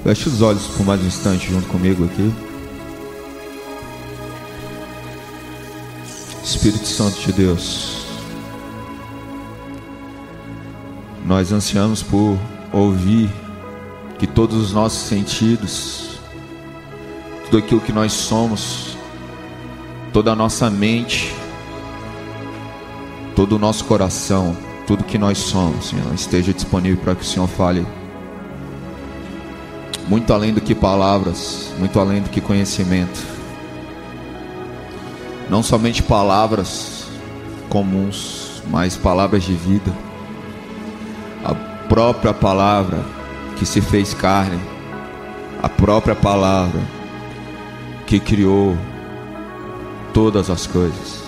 Feche os olhos por mais um instante junto comigo aqui. Espírito Santo de Deus, nós ansiamos por ouvir que todos os nossos sentidos, tudo aquilo que nós somos, toda a nossa mente, todo o nosso coração, tudo que nós somos, Senhor, esteja disponível para que o Senhor fale muito além do que palavras, muito além do que conhecimento. Não somente palavras comuns, mas palavras de vida. A própria palavra que se fez carne, a própria palavra que criou todas as coisas.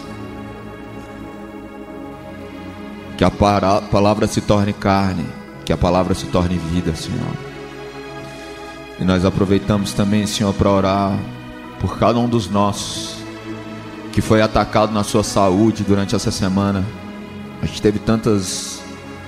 Que a palavra se torne carne, que a palavra se torne vida, Senhor. E nós aproveitamos também, Senhor, para orar por cada um dos nossos que foi atacado na sua saúde durante essa semana. A gente teve tantas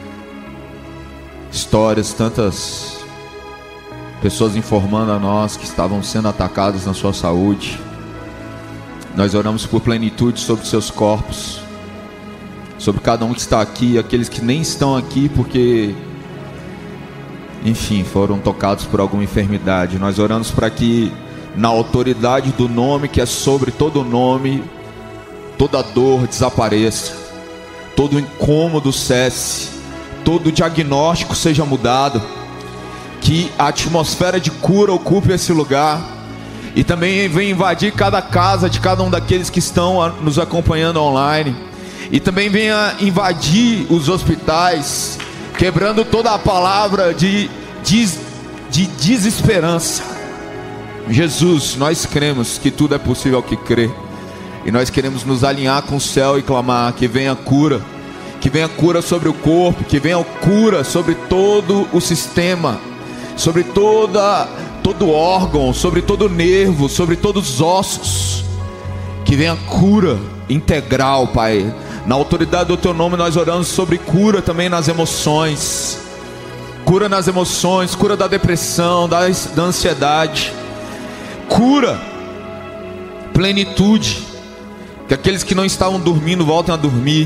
histórias, tantas pessoas informando a nós que estavam sendo atacados na sua saúde. Nós oramos por plenitude sobre seus corpos, sobre cada um que está aqui, aqueles que nem estão aqui porque, enfim, foram tocados por alguma enfermidade. Nós oramos para que, na autoridade do nome que é sobre todo nome, toda dor desapareça, todo incômodo cesse, todo diagnóstico seja mudado, que a atmosfera de cura ocupe esse lugar e também venha invadir cada casa de cada um daqueles que estão nos acompanhando online, e também venha invadir os hospitais, quebrando toda a palavra de desesperança. Jesus, nós cremos que tudo é possível ao que crê, e nós queremos nos alinhar com o céu e clamar que venha cura, que venha cura sobre o corpo, que venha cura sobre todo o sistema, sobre todo órgão, sobre todo nervo, sobre todos os ossos, que venha cura integral, Pai. Na autoridade do Teu nome nós oramos sobre cura também nas emoções, cura nas emoções, cura da depressão, da ansiedade, cura, plenitude, que aqueles que não estavam dormindo voltem a dormir,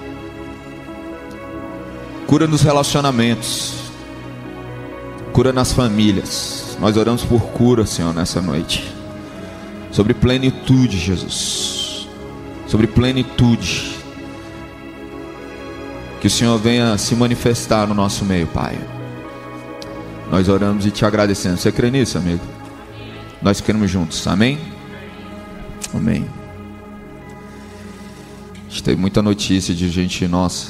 cura nos relacionamentos, cura nas famílias. Nós oramos por cura, Senhor, nessa noite, sobre plenitude, Jesus, sobre plenitude, que o Senhor venha se manifestar no nosso meio, Pai. Nós oramos e te agradecemos. Você crê nisso, amigo? Nós cremos juntos, amém? Amém. A gente tem muita notícia de gente nossa,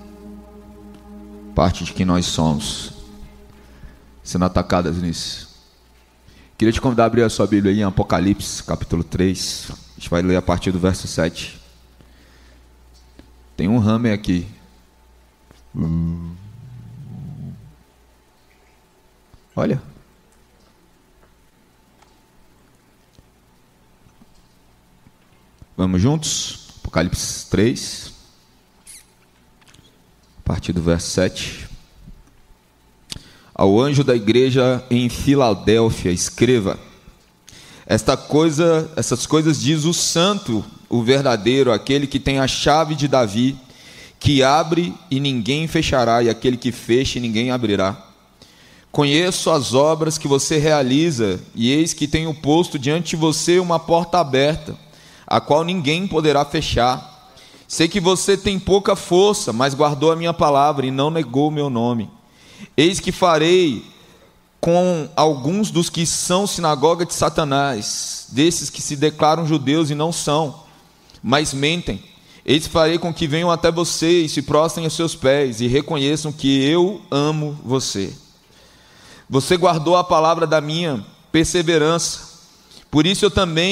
parte de quem nós somos, sendo atacadas nisso. Queria te convidar a abrir a sua Bíblia aí em Apocalipse, capítulo 3. A gente vai ler a partir do verso 7. Tem um hammer aqui. Olha. Vamos juntos? Apocalipse 3, a partir do verso 7. Ao anjo da igreja em Filadélfia escreva: essas coisas diz o santo, o verdadeiro, aquele que tem a chave de Davi, que abre e ninguém fechará, e aquele que fecha e ninguém abrirá. Conheço as obras que você realiza, e eis que tenho posto diante de você uma porta aberta, a qual ninguém poderá fechar. Sei que você tem pouca força, mas guardou a minha palavra e não negou o meu nome. Eis que farei com alguns dos que são sinagoga de Satanás, desses que se declaram judeus e não são, mas mentem. Eis que farei com que venham até você e se prostrem aos seus pés e reconheçam que eu amo você. Você guardou a palavra da minha perseverança, por isso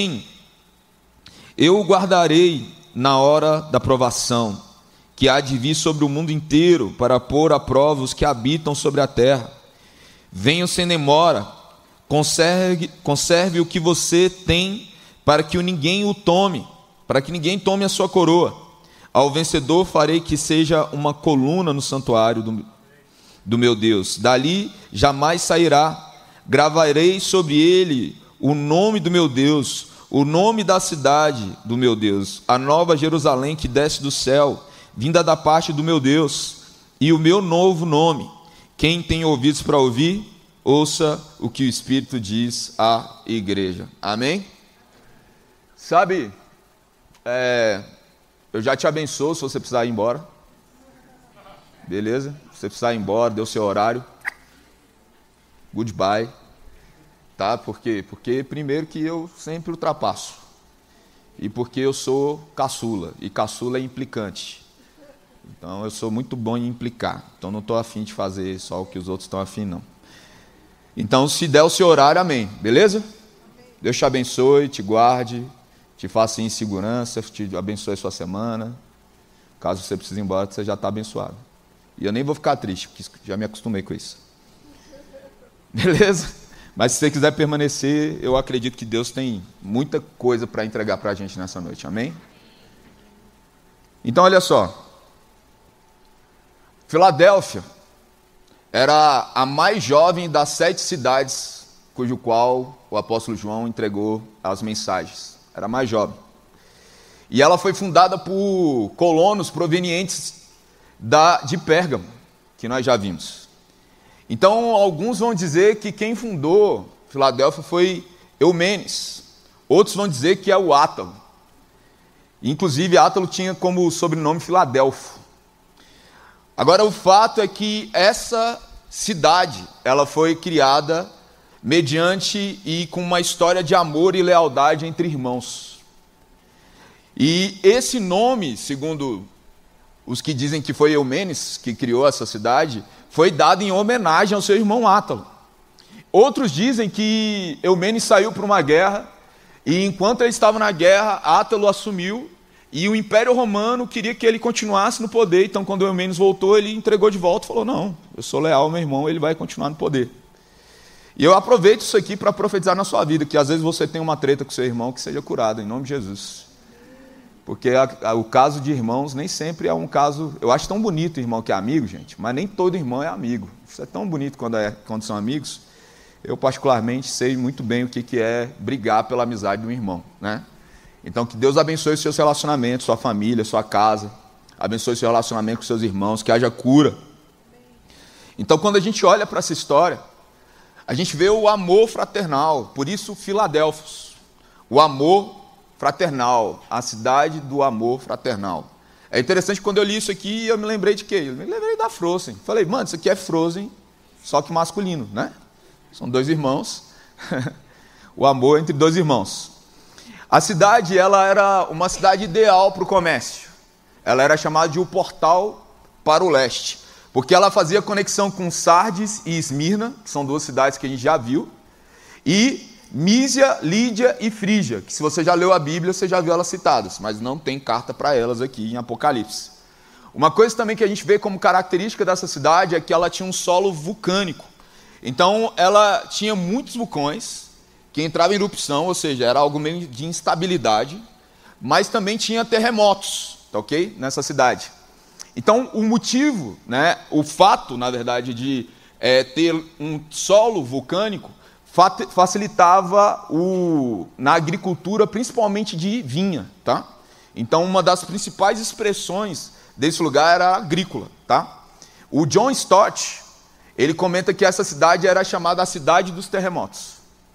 eu o guardarei na hora da provação, que há de vir sobre o mundo inteiro, para pôr à prova os que habitam sobre a terra. Venham sem demora, conserve o que você tem, para que ninguém o tome, para que ninguém tome a sua coroa. Ao vencedor farei que seja uma coluna no santuário do meu Deus, dali jamais sairá. gravarei sobre ele o nome do meu Deus, o nome da cidade do meu Deus, a nova Jerusalém que desce do céu, vinda da parte do meu Deus, e o meu novo nome. Quem tem ouvidos para ouvir, ouça o que o Espírito diz à igreja. Amém? Sabe, eu já te abençoo se você precisar ir embora. Beleza? Se você precisar ir embora, deu seu horário. Goodbye. Tá? Por quê? Porque primeiro que eu sempre ultrapasso. E porque eu sou caçula. E caçula é implicante. Então eu sou muito bom em implicar. Então não estou afim de fazer só o que os outros estão afim, não. Então se der o seu horário, amém. Beleza? Deus te abençoe, te guarde, te faça em segurança, te abençoe a sua semana. Caso você precise ir embora, você já está abençoado. E eu nem vou ficar triste, porque já me acostumei com isso. Beleza? Mas se você quiser permanecer, eu acredito que Deus tem muita coisa para entregar para a gente nessa noite. Amém? Então, olha só. Filadélfia era a mais jovem das 7 cidades cujo qual o apóstolo João entregou as mensagens. Era a mais jovem. E ela foi fundada por colonos provenientes de Pérgamo, que nós já vimos. Então, alguns vão dizer que quem fundou Filadélfia foi Eumênides. Outros vão dizer que é o Átalo. Inclusive, Átalo tinha como sobrenome Filadelfo. Agora, o fato é que essa cidade, ela foi criada mediante e com uma história de amor e lealdade entre irmãos. E esse nome, segundo os que dizem que foi Eumênides que criou essa cidade, foi dado em homenagem ao seu irmão Átalo. Outros dizem que Eumênides saiu para uma guerra, e enquanto ele estava na guerra, Átalo assumiu, e o Império Romano queria que ele continuasse no poder. Então, quando Eumênides voltou, ele entregou de volta e falou: não, eu sou leal ao meu irmão, ele vai continuar no poder. E eu aproveito isso aqui para profetizar na sua vida, que às vezes você tem uma treta com seu irmão, que seja curado, em nome de Jesus. Porque o caso de irmãos nem sempre é um caso... Eu acho tão bonito irmão que é amigo, gente, mas nem todo irmão é amigo. Isso é tão bonito quando são amigos. Eu, particularmente, sei muito bem o que é brigar pela amizade de um irmão, né? Então, que Deus abençoe os seus relacionamentos, sua família, sua casa. Abençoe seu relacionamento com seus irmãos, que haja cura. Então, quando a gente olha para essa história, a gente vê o amor fraternal. Por isso, Filadélfios. O amor fraternal, a cidade do amor fraternal. É interessante, quando eu li isso aqui, eu me lembrei de quê? Eu me lembrei da Frozen. Falei, mano, isso aqui é Frozen, só que masculino, né? São 2 irmãos. O amor entre 2 irmãos. A cidade, ela era uma cidade ideal para o comércio. Ela era chamada de o portal para o leste, porque ela fazia conexão com Sardes e Esmirna, que são 2 cidades que a gente já viu, e Mísia, Lídia e Frígia, que se você já leu a Bíblia, você já viu elas citadas, mas não tem carta para elas aqui em Apocalipse. Uma coisa também que a gente vê como característica dessa cidade é que ela tinha um solo vulcânico. Então, ela tinha muitos vulcões que entravam em erupção, ou seja, era algo meio de instabilidade, mas também tinha terremotos, tá ok? Nessa cidade. Então, o motivo, né, o fato, na verdade, de ter um solo vulcânico, facilitava na agricultura, principalmente de vinha, tá? Então, uma das principais expressões desse lugar era agrícola, tá? O John Stott, ele comenta que essa cidade era chamada a cidade dos terremotos,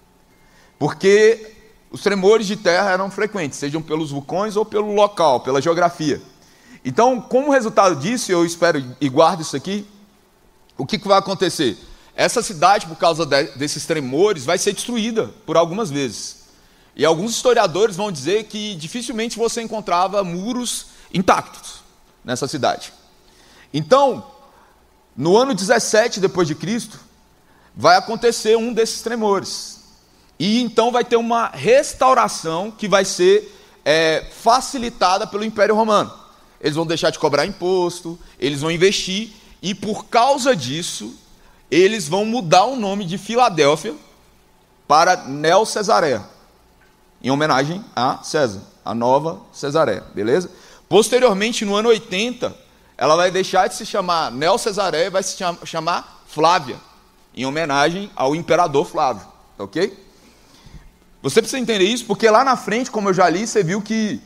porque os tremores de terra eram frequentes, sejam pelos vulcões ou pelo local, pela geografia. Então, como resultado disso, eu espero e guardo isso aqui, o que vai acontecer? Essa cidade, por causa desses tremores, vai ser destruída por algumas vezes. E alguns historiadores vão dizer que dificilmente você encontrava muros intactos nessa cidade. Então, no ano 17 depois de Cristo, vai acontecer um desses tremores. E então vai ter uma restauração que vai ser facilitada pelo Império Romano. Eles vão deixar de cobrar imposto, eles vão investir, e por causa disso, eles vão mudar o nome de Filadélfia para Neo Cesareia, em homenagem a César, a nova Cesareia, beleza? Posteriormente, no ano 80, ela vai deixar de se chamar Neo Cesareia e vai se chamar Flávia, em homenagem ao imperador Flávio, ok? Você precisa entender isso, porque lá na frente, como eu já li, você viu que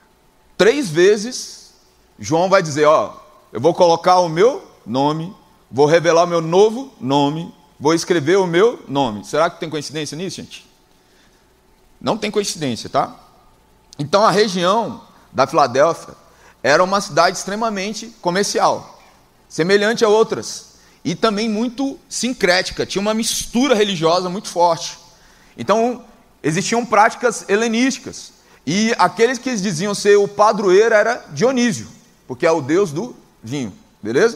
3 vezes João vai dizer, ó, eu vou colocar o meu nome, vou revelar o meu novo nome, vou escrever o meu nome. Será que tem coincidência nisso, gente? Não tem coincidência, tá? Então a região da Filadélfia era uma cidade extremamente comercial, semelhante a outras, e também muito sincrética, tinha uma mistura religiosa muito forte. Então existiam práticas helenísticas, e aqueles que diziam ser o padroeiro era Dionísio, porque é o deus do vinho, beleza?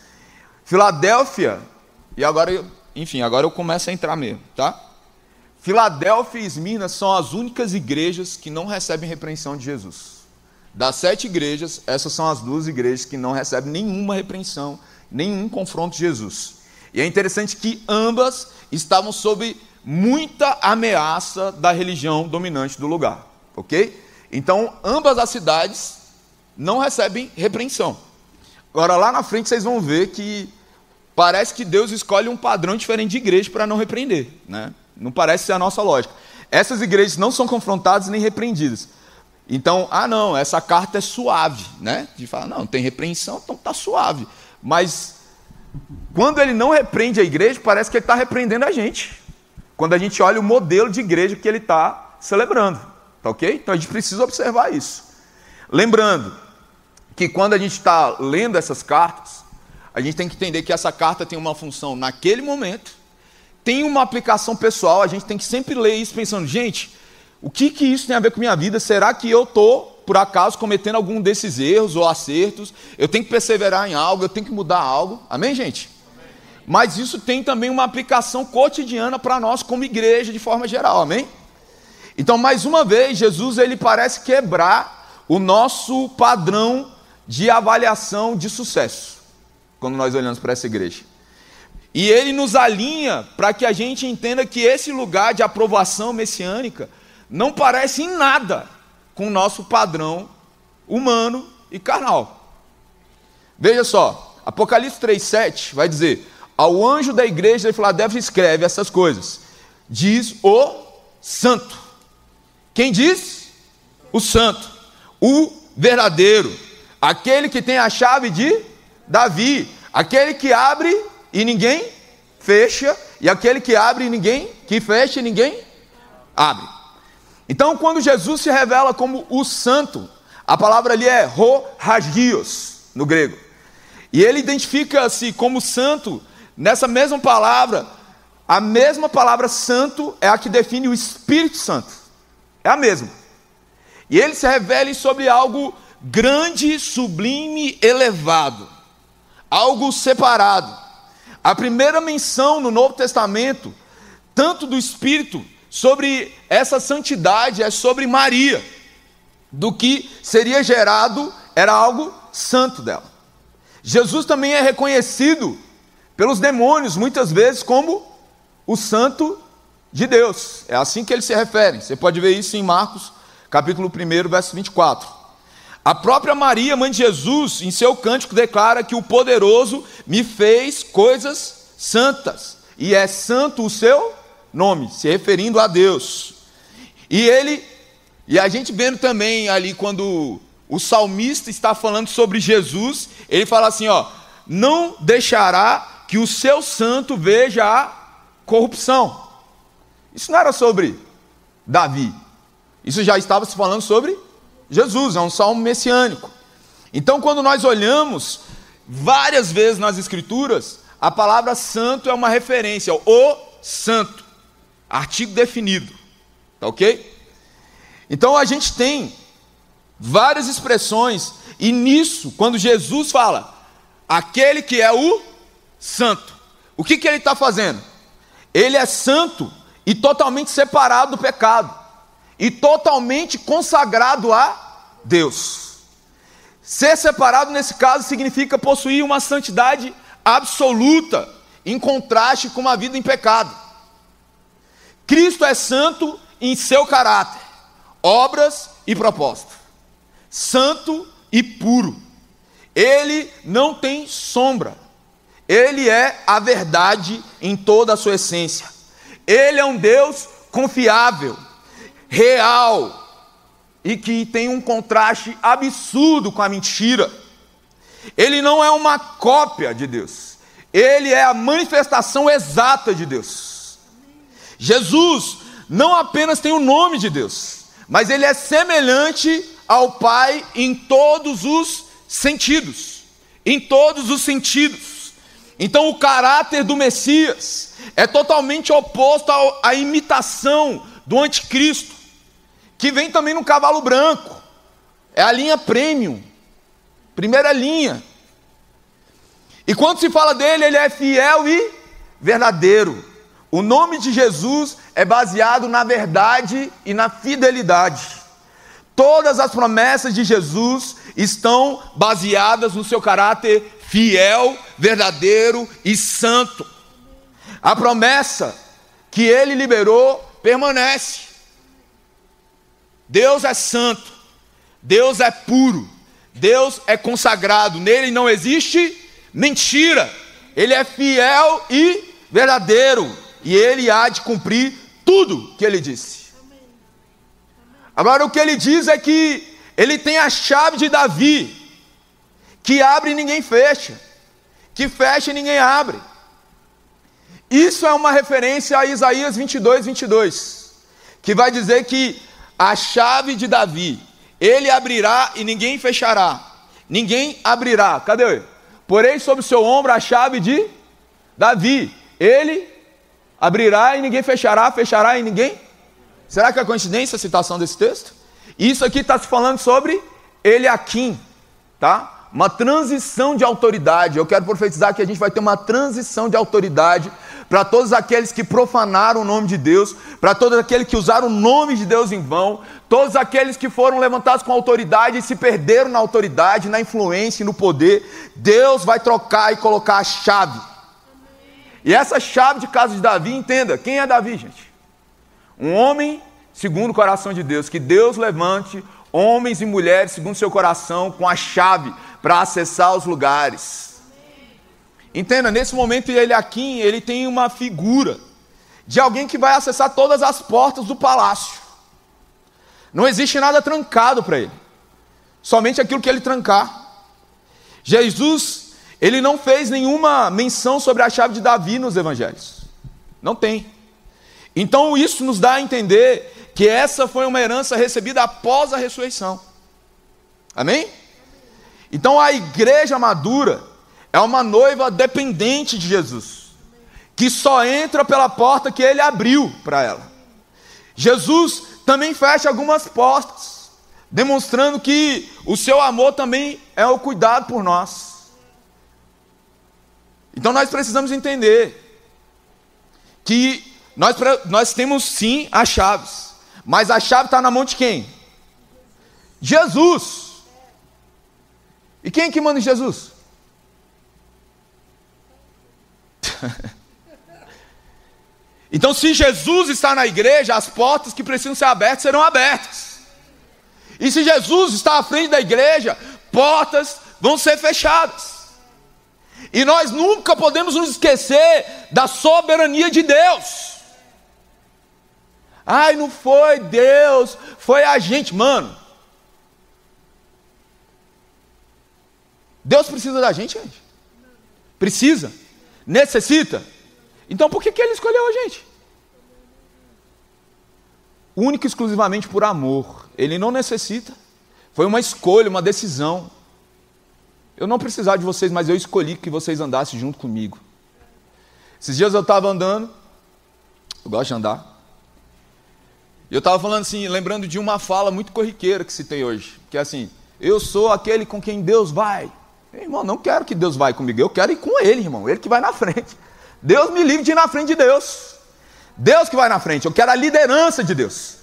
Filadélfia, e agora, enfim, agora eu começo a entrar mesmo, tá? Filadélfia e Esmirna são as únicas igrejas que não recebem repreensão de Jesus. Das 7 igrejas, essas são as 2 igrejas que não recebem nenhuma repreensão, nenhum confronto de Jesus. E é interessante que ambas estavam sob muita ameaça da religião dominante do lugar, ok? Então, ambas as cidades não recebem repreensão. Agora, lá na frente, vocês vão ver que parece que Deus escolhe um padrão diferente de igreja para não repreender, né? Não parece ser a nossa lógica. Essas igrejas não são confrontadas nem repreendidas. Então, não, essa carta é suave, né? De falar, não, tem repreensão, então está suave. Mas, quando ele não repreende a igreja, parece que ele está repreendendo a gente. Quando a gente olha o modelo de igreja que ele está celebrando, tá ok? Então, a gente precisa observar isso. Lembrando que quando a gente está lendo essas cartas, a gente tem que entender que essa carta tem uma função naquele momento, tem uma aplicação pessoal, a gente tem que sempre ler isso pensando, gente, o que isso tem a ver com a minha vida? Será que eu estou, por acaso, cometendo algum desses erros ou acertos? Eu tenho que perseverar em algo, eu tenho que mudar algo. Amém, gente? Amém. Mas isso tem também uma aplicação cotidiana para nós como igreja, de forma geral. Amém? Então, mais uma vez, Jesus ele parece quebrar o nosso padrão de avaliação de sucesso, quando nós olhamos para essa igreja. E ele nos alinha para que a gente entenda que esse lugar de aprovação messiânica não parece em nada com o nosso padrão humano e carnal. Veja só, Apocalipse 3,7 vai dizer, ao anjo da igreja de Filadélfia escreve essas coisas, diz o santo. Quem diz? O santo, o verdadeiro, aquele que tem a chave de Davi, aquele que abre e ninguém fecha, e aquele que abre e ninguém, que fecha e ninguém abre. Então, quando Jesus se revela como o santo, a palavra ali é ho-hagios, no grego. E ele identifica-se como santo, nessa mesma palavra, a mesma palavra santo é a que define o Espírito Santo. É a mesma. E ele se revela sobre algo grande, sublime, elevado. Algo separado. A primeira menção no Novo Testamento, tanto do Espírito, sobre essa santidade, é sobre Maria. Do que seria gerado, era algo santo dela. Jesus também é reconhecido pelos demônios, muitas vezes, como o santo de Deus. É assim que eles se referem. Você pode ver isso em Marcos, capítulo 1, verso 24. A própria Maria, mãe de Jesus, em seu cântico declara que o poderoso me fez coisas santas, e é santo o seu nome, se referindo a Deus. E a gente vendo também ali, quando o salmista está falando sobre Jesus, ele fala assim, ó, não deixará que o seu santo veja a corrupção. Isso não era sobre Davi, isso já estava se falando sobre Jesus, é um salmo messiânico. Então, quando nós olhamos várias vezes nas escrituras, a palavra santo é uma referência ao o santo, artigo definido, tá ok? Então a gente tem várias expressões, e nisso, quando Jesus fala, aquele que é o santo, o que ele está fazendo? Ele é santo e totalmente separado do pecado, e totalmente consagrado a Deus. Ser separado nesse caso significa possuir uma santidade absoluta, em contraste com uma vida em pecado. Cristo é santo em seu caráter, obras e propósito, santo e puro. Ele não tem sombra, Ele é a verdade em toda a sua essência. Ele é um Deus confiável, real, e que tem um contraste absurdo com a mentira. Ele não é uma cópia de Deus. Ele é a manifestação exata de Deus. Jesus não apenas tem o nome de Deus, mas ele é semelhante ao Pai em todos os sentidos. Em todos os sentidos. Então o caráter do Messias é totalmente oposto à imitação do anticristo, que vem também no cavalo branco. É a linha premium, primeira linha. E quando se fala dele, ele é fiel e verdadeiro. O nome de Jesus é baseado na verdade e na fidelidade. Todas as promessas de Jesus estão baseadas no seu caráter fiel, verdadeiro e santo. A promessa que ele liberou permanece. Deus é santo, Deus é puro, Deus é consagrado, nele não existe mentira. Ele é fiel e verdadeiro, e ele há de cumprir tudo que ele disse. Agora o que ele diz é que ele tem a chave de Davi, que abre e ninguém fecha, que fecha e ninguém abre. Isso é uma referência a Isaías 22, que vai dizer que a chave de Davi, ele abrirá e ninguém fechará, ninguém abrirá. Cadê ele? Porém sobre o seu ombro a chave de Davi, ele abrirá e ninguém fechará, fechará e ninguém. Será que é coincidência a citação desse texto? Isso aqui está se falando sobre Eliaquim, tá? Uma transição de autoridade. Eu quero profetizar que a gente vai ter uma transição de autoridade para todos aqueles que profanaram o nome de Deus, para todos aqueles que usaram o nome de Deus em vão, todos aqueles que foram levantados com autoridade e se perderam na autoridade, na influência e no poder. Deus vai trocar e colocar a chave. E essa chave de casa de Davi, entenda, quem é Davi, gente? Um homem segundo o coração de Deus, que Deus levante homens e mulheres segundo o seu coração com a chave para acessar os lugares. Entenda, nesse momento Eliaquim, ele tem uma figura de alguém que vai acessar todas as portas do palácio. Não existe nada trancado para ele, somente aquilo que ele trancar. Jesus, ele não fez nenhuma menção sobre a chave de Davi nos evangelhos, não tem. Então isso nos dá a entender que essa foi uma herança recebida após a ressurreição. Amém? Então a igreja madura é uma noiva dependente de Jesus, que só entra pela porta que ele abriu para ela. Jesus também fecha algumas portas, demonstrando que o seu amor também é o cuidado por nós. Então nós precisamos entender que nós temos sim as chaves, mas a chave está na mão de quem? Jesus. E quem é que manda em Jesus? Então, se Jesus está na igreja, as portas que precisam ser abertas serão abertas. E se Jesus está à frente da igreja, portas vão ser fechadas. E nós nunca podemos nos esquecer da soberania de Deus. Ai, não foi Deus, foi a gente. Mano, Deus precisa da gente, gente? Precisa? Necessita? Então por que ele escolheu a gente? Único e exclusivamente por amor. Ele não necessita. Foi uma escolha, uma decisão. Eu não precisava de vocês, mas eu escolhi que vocês andassem junto comigo. Esses dias eu estava andando, eu gosto de andar, e eu estava falando assim, lembrando de uma fala muito corriqueira que se tem hoje, que é assim: eu sou aquele com quem Deus vai. Irmão, não quero que Deus vai comigo, eu quero ir com ele, irmão, ele que vai na frente. Deus me livre de ir na frente de Deus. Deus que vai na frente, eu quero a liderança de Deus.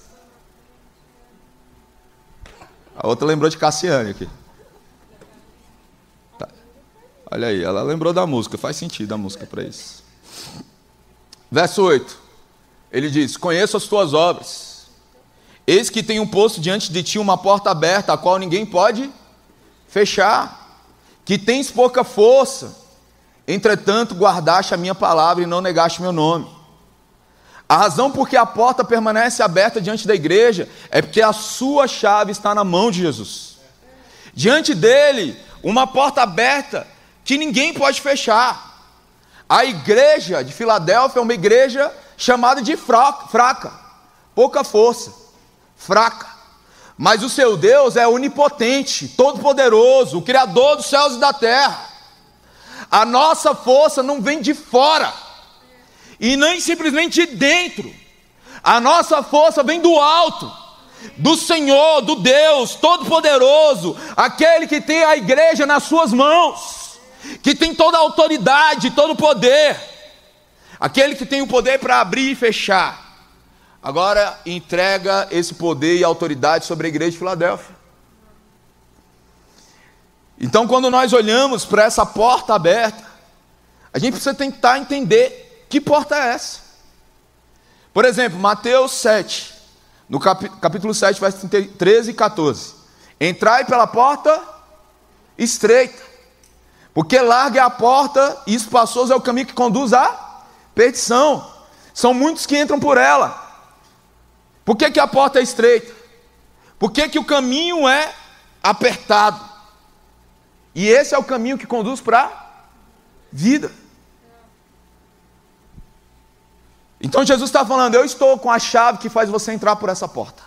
A outra lembrou de Cassiane aqui. Tá. Olha aí, ela lembrou da música, faz sentido a música para isso. Verso 8, ele diz: conheço as tuas obras, eis que tenho posto diante de ti uma porta aberta, a qual ninguém pode fechar, que tens pouca força, Entretanto, guardaste a minha palavra e não negaste meu nome. A razão por que a porta permanece aberta diante da igreja é porque a sua chave está na mão de Jesus. Diante dele, uma porta aberta que ninguém pode fechar. A igreja de Filadélfia é uma igreja chamada de fraca, pouca força, fraca. Mas o seu Deus é onipotente, todo-poderoso, o Criador dos céus e da terra. A nossa força não vem de fora, e nem simplesmente de dentro. A nossa força vem do alto, do Senhor, do Deus todo-poderoso, aquele que tem a igreja nas suas mãos, que tem toda a autoridade, todo o poder, aquele que tem o poder para abrir e fechar. Agora entrega esse poder e autoridade sobre a igreja de Filadélfia. Então, quando nós olhamos para essa porta aberta, a gente precisa tentar entender que porta é essa. Por exemplo, Mateus 7, no capítulo 7, versos 13 e 14. Entrai pela porta estreita, porque larga é a porta e espaçoso é o caminho que conduz à perdição. São muitos que entram por ela. Por que a porta é estreita? Por que o caminho é apertado? E esse é o caminho que conduz para a vida. Então Jesus está falando, eu estou com a chave que faz você entrar por essa porta.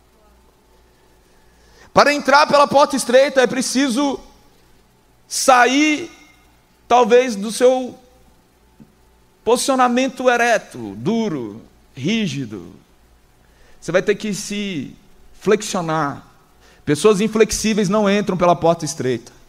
Para entrar pela porta estreita é preciso sair, talvez, do seu posicionamento ereto, duro, rígido. Você vai ter que se flexionar. Pessoas inflexíveis não entram pela porta estreita.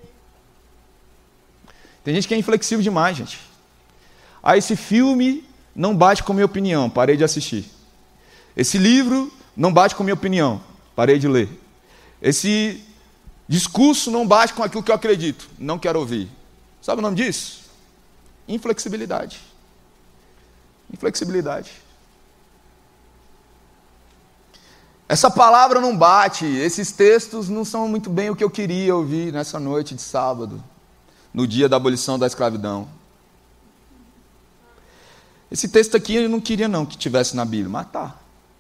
Tem gente que é inflexível demais, gente. Esse filme não bate com a minha opinião, parei de assistir. Esse livro não bate com a minha opinião, parei de ler. Esse discurso não bate com aquilo que eu acredito, não quero ouvir. Sabe o nome disso? Inflexibilidade. Inflexibilidade. Essa palavra não bate, esses textos não são muito bem o que eu queria ouvir nessa noite de sábado, no dia da abolição da escravidão. Esse texto aqui eu não queria não que tivesse na Bíblia, mas tá.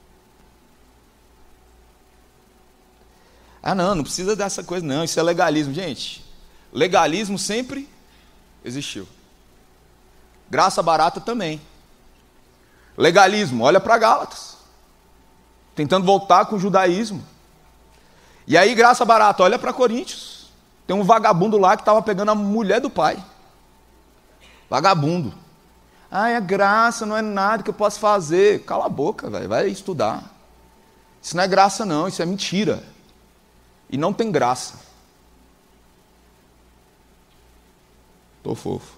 Não precisa dessa coisa não, isso é legalismo. Gente, legalismo sempre existiu. Graça barata também. Legalismo, olha para Gálatas, tentando voltar com o judaísmo. E aí graça barata, olha para Coríntios. Tem um vagabundo lá que estava pegando a mulher do pai. Vagabundo. É graça, não é nada que eu posso fazer. Cala a boca, velho, vai estudar. Isso não é graça não, isso é mentira. E não tem graça. Tô fofo.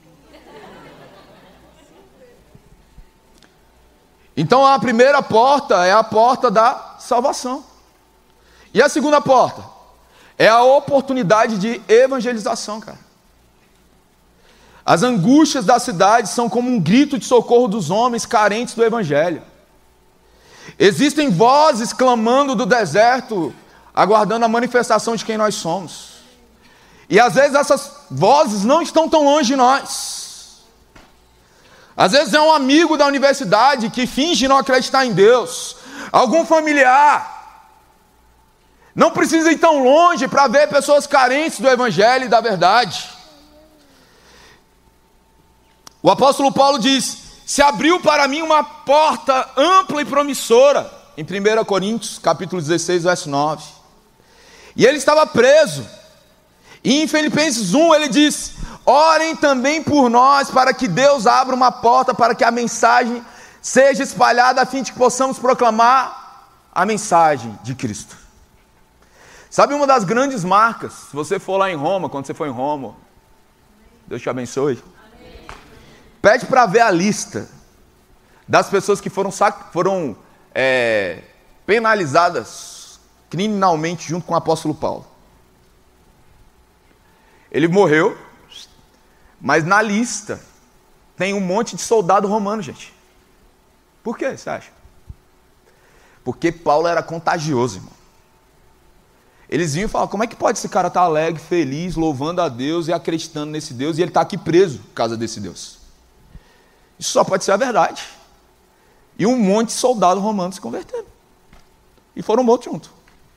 Então a primeira porta é a porta da salvação. E a segunda porta? É a oportunidade de evangelização, cara. As angústias da cidade são como um grito de socorro dos homens carentes do evangelho. Existem vozes clamando do deserto, aguardando a manifestação de quem nós somos. E às vezes essas vozes não estão tão longe de nós. Às vezes é um amigo da universidade que finge não acreditar em Deus. Algum familiar. Não precisa ir tão longe para ver pessoas carentes do evangelho e da verdade. O apóstolo Paulo diz, se abriu para mim uma porta ampla e promissora, em 1 Coríntios, capítulo 16, verso 9. E ele estava preso. E em Filipenses 1 ele diz, orem também por nós, para que Deus abra uma porta, para que a mensagem seja espalhada, a fim de que possamos proclamar a mensagem de Cristo. Sabe uma das grandes marcas, se você for lá em Roma, quando você for em Roma, Deus te abençoe. Amém. Pede para ver a lista das pessoas que foram penalizadas criminalmente junto com o apóstolo Paulo. Ele morreu, mas na lista tem um monte de soldado romano, gente. Por que você acha? Porque Paulo era contagioso, irmão. Eles vinham e falavam: como é que pode esse cara estar alegre, feliz, louvando a Deus e acreditando nesse Deus, e ele está aqui preso por causa desse Deus? Isso só pode ser a verdade. E um monte de soldados romanos se converteram. E foram mortos junto.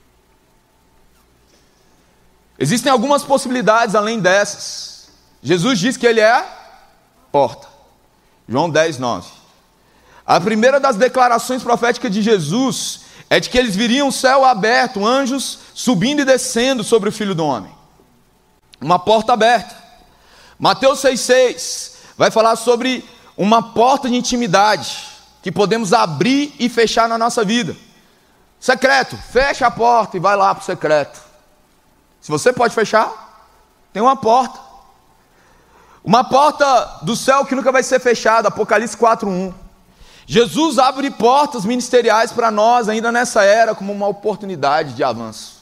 Existem algumas possibilidades além dessas. Jesus diz que ele é a porta. João 10, 9. A primeira das declarações proféticas de Jesus é de que eles viriam o céu aberto, anjos subindo e descendo sobre o Filho do Homem. Uma porta aberta. Mateus 6,6 vai falar sobre uma porta de intimidade que podemos abrir e fechar na nossa vida. Secreto, fecha a porta e vai lá para o secreto. Se você pode fechar, tem uma porta. Uma porta do céu que nunca vai ser fechada, Apocalipse 4:1. Jesus abre portas ministeriais para nós ainda nessa era como uma oportunidade de avanço.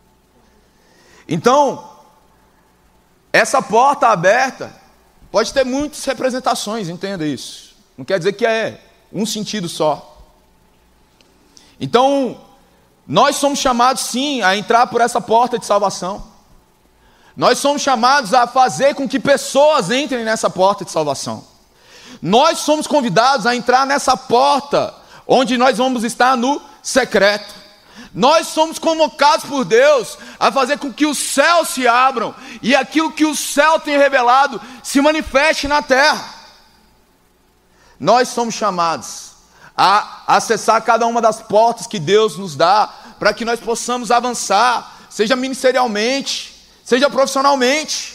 Então, essa porta aberta pode ter muitas representações, entenda isso. Não quer dizer que é um sentido só. Então, nós somos chamados sim a entrar por essa porta de salvação. Nós somos chamados a fazer com que pessoas entrem nessa porta de salvação. Nós somos convidados a entrar nessa porta onde nós vamos estar no secreto. Nós somos convocados por Deus a fazer com que os céus se abram e aquilo que o céu tem revelado se manifeste na terra. Nós somos chamados a acessar cada uma das portas que Deus nos dá para que nós possamos avançar, seja ministerialmente, seja profissionalmente.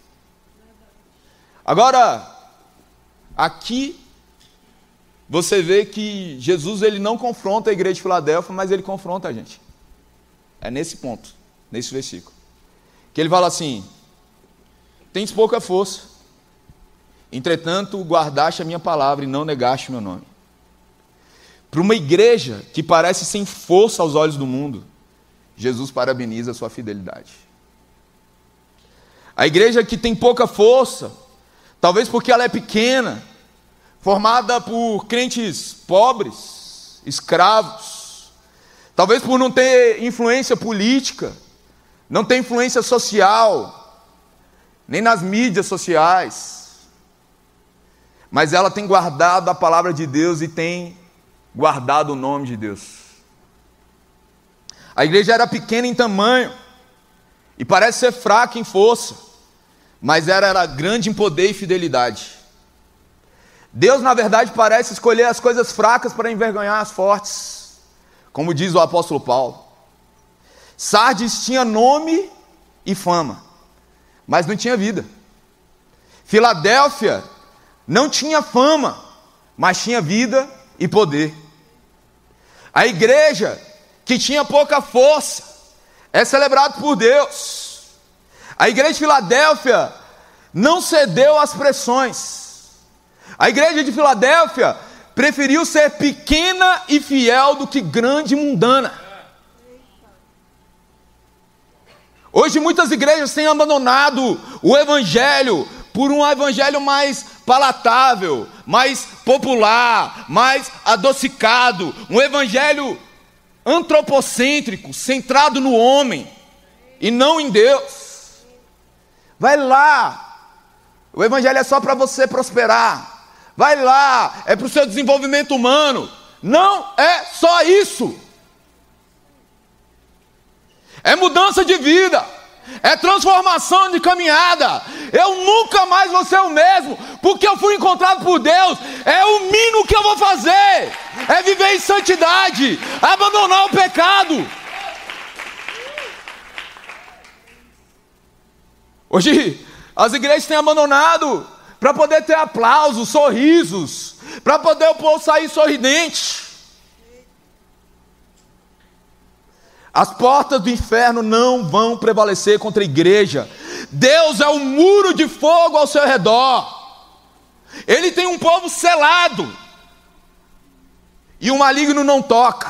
Agora, aqui você vê que Jesus ele não confronta a igreja de Filadélfia, mas ele confronta a gente. É nesse ponto, nesse versículo, que ele fala assim: tens pouca força, entretanto guardaste a minha palavra e não negaste o meu nome. Para uma igreja que parece sem força aos olhos do mundo, Jesus parabeniza a sua fidelidade. A igreja que tem pouca força, talvez porque ela é pequena, formada por crentes pobres, escravos, talvez por não ter influência política, não ter influência social, nem nas mídias sociais, mas ela tem guardado a palavra de Deus e tem guardado o nome de Deus. A igreja era pequena em tamanho e parece ser fraca em força, mas ela era grande em poder e fidelidade. Deus, na verdade, parece escolher as coisas fracas para envergonhar as fortes, como diz o apóstolo Paulo. Sardes tinha nome e fama, mas não tinha vida. Filadélfia não tinha fama, mas tinha vida e poder. A igreja que tinha pouca força é celebrada por Deus. A igreja de Filadélfia não cedeu às pressões. A igreja de Filadélfia preferiu ser pequena e fiel do que grande e mundana. Hoje muitas igrejas têm abandonado o evangelho por um evangelho mais palatável, mais popular, mais adocicado, um evangelho antropocêntrico, centrado no homem e não em Deus. Vai lá, o evangelho é só para você prosperar. Vai lá, é para o seu desenvolvimento humano. Não é só isso. É mudança de vida, é transformação de caminhada. Eu nunca mais vou ser o mesmo, porque eu fui encontrado por Deus. É o mínimo que eu vou fazer, é viver em santidade, abandonar o pecado. Hoje as igrejas têm abandonado para poder ter aplausos, sorrisos, para poder o povo sair sorridente. As portas do inferno não vão prevalecer contra a igreja. Deus é um muro de fogo ao seu redor. Ele tem um povo selado. E o maligno não toca.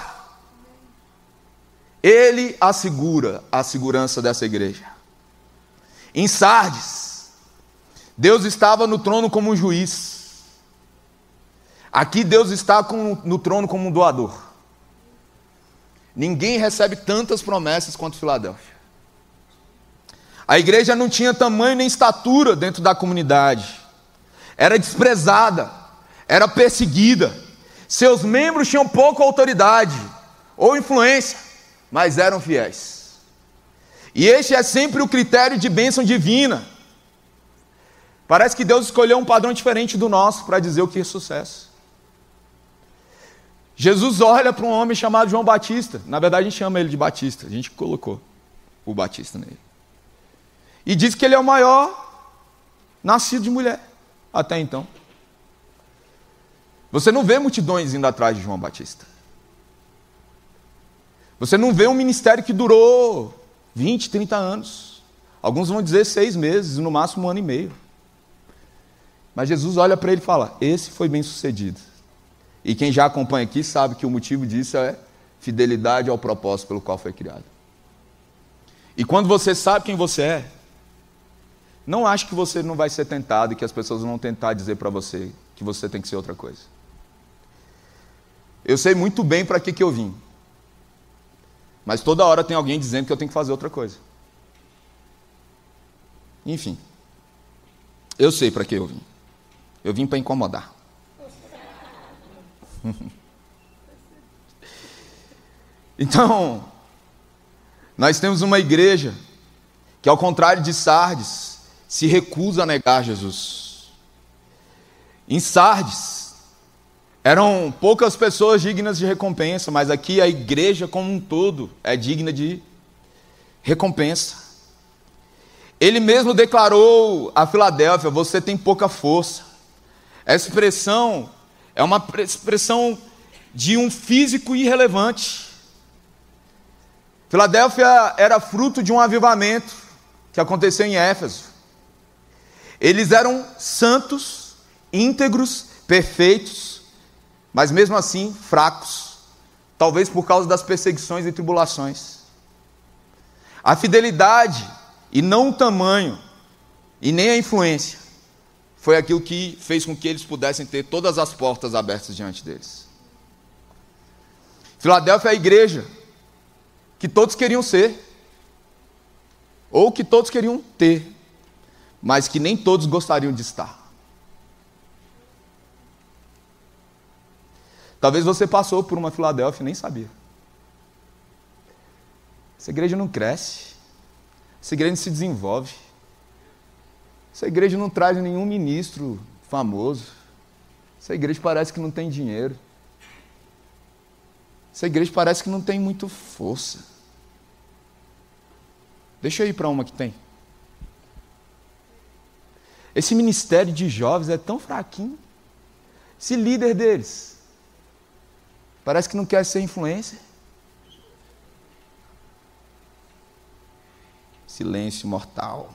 Ele assegura a segurança dessa igreja. Em Sardes, Deus estava no trono como um juiz. Aqui Deus está no trono como um doador. Ninguém recebe tantas promessas quanto Filadélfia. A igreja não tinha tamanho nem estatura dentro da comunidade. Era desprezada, era perseguida. Seus membros tinham pouca autoridade ou influência, mas eram fiéis. E este é sempre o critério de bênção divina. Parece que Deus escolheu um padrão diferente do nosso para dizer o que é sucesso. Jesus olha para um homem chamado João Batista. Na verdade a gente chama ele de Batista, a gente colocou o Batista nele. E diz que ele é o maior nascido de mulher até então. Você não vê multidões indo atrás de João Batista. Você não vê um ministério que durou 20, 30 anos. Alguns vão dizer 6 meses, no máximo 1 ano e meio. Mas Jesus olha para ele e fala: esse foi bem sucedido. E quem já acompanha aqui sabe que o motivo disso é fidelidade ao propósito pelo qual foi criado. E quando você sabe quem você é, não ache que você não vai ser tentado e que as pessoas vão tentar dizer para você que você tem que ser outra coisa. Eu sei muito bem para que eu vim. Mas toda hora tem alguém dizendo que eu tenho que fazer outra coisa. Enfim. Eu sei para que eu vim. Eu vim para incomodar. Então, nós temos uma igreja que, ao contrário de Sardes, se recusa a negar Jesus. Em Sardes, eram poucas pessoas dignas de recompensa, mas aqui a igreja como um todo é digna de recompensa. Ele mesmo declarou a Filadélfia: você tem pouca força. Essa expressão é uma expressão de um físico irrelevante. Filadélfia era fruto de um avivamento que aconteceu em Éfeso. Eles eram santos, íntegros, perfeitos, mas mesmo assim fracos, talvez por causa das perseguições e tribulações. A fidelidade, e não o tamanho, e nem a influência, foi aquilo que fez com que eles pudessem ter todas as portas abertas diante deles. Filadélfia é a igreja que todos queriam ser, ou que todos queriam ter, mas que nem todos gostariam de estar. Talvez você passou por uma Filadélfia e nem sabia. Essa igreja não cresce, essa igreja não se desenvolve, essa igreja não traz nenhum ministro famoso, essa igreja parece que não tem dinheiro, essa igreja parece que não tem muita força. Deixa eu ir para uma que tem. Esse ministério de jovens é tão fraquinho. Esse líder deles parece que não quer ser influencer. Silêncio mortal.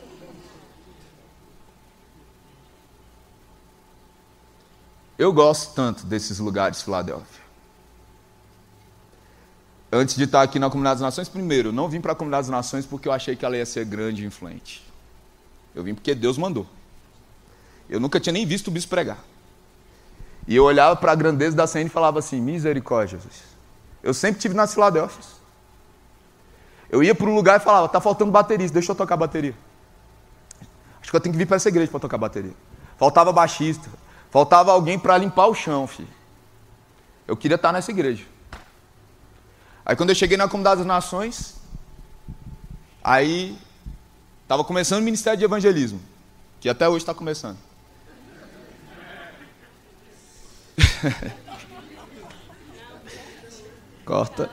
Eu gosto tanto desses lugares, Filadélfia. Antes de estar aqui na Comunidade das Nações, primeiro, eu não vim para a Comunidade das Nações porque eu achei que ela ia ser grande e influente. Eu vim porque Deus mandou. Eu nunca tinha nem visto o bispo pregar. E eu olhava para a grandeza da cena e falava assim: misericórdia, Jesus. Eu sempre estive nas Filadélfias. Eu ia para um lugar e falava: está faltando baterista, deixa eu tocar bateria. Acho que eu tenho que vir para essa igreja para tocar bateria. Faltava baixista. Faltava alguém para limpar o chão, filho. Eu queria estar nessa igreja. Aí quando eu cheguei na Comunidade das Nações, aí estava começando o Ministério de Evangelismo, que até hoje está começando. Corta.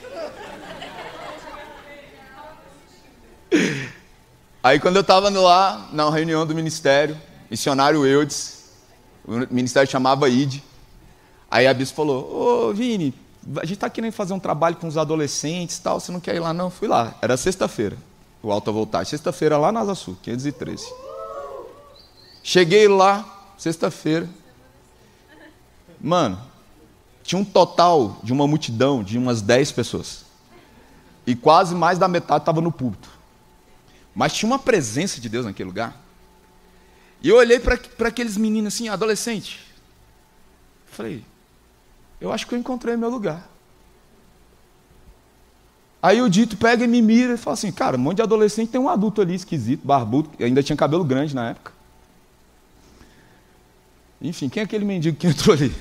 Aí quando eu estava lá, na reunião do ministério, missionário Eudes, o ministério chamava ID, aí a bispo falou: ô Vini, a gente está querendo fazer um trabalho com os adolescentes e tal, você não quer ir lá não? Fui lá, era sexta-feira, o Alta Voltagem, sexta-feira lá na Asa Sul, 513. Cheguei lá, sexta-feira, mano, tinha um total de uma multidão de umas 10 pessoas, e quase mais da metade estava no púlpito, mas tinha uma presença de Deus naquele lugar. E eu olhei para aqueles meninos assim, adolescente, falei: eu acho que eu encontrei meu lugar. Aí o Dito pega e me mira e fala assim, cara, um monte de adolescente, tem um adulto ali esquisito, barbudo, ainda tinha cabelo grande na época. Enfim, quem é aquele mendigo que entrou ali?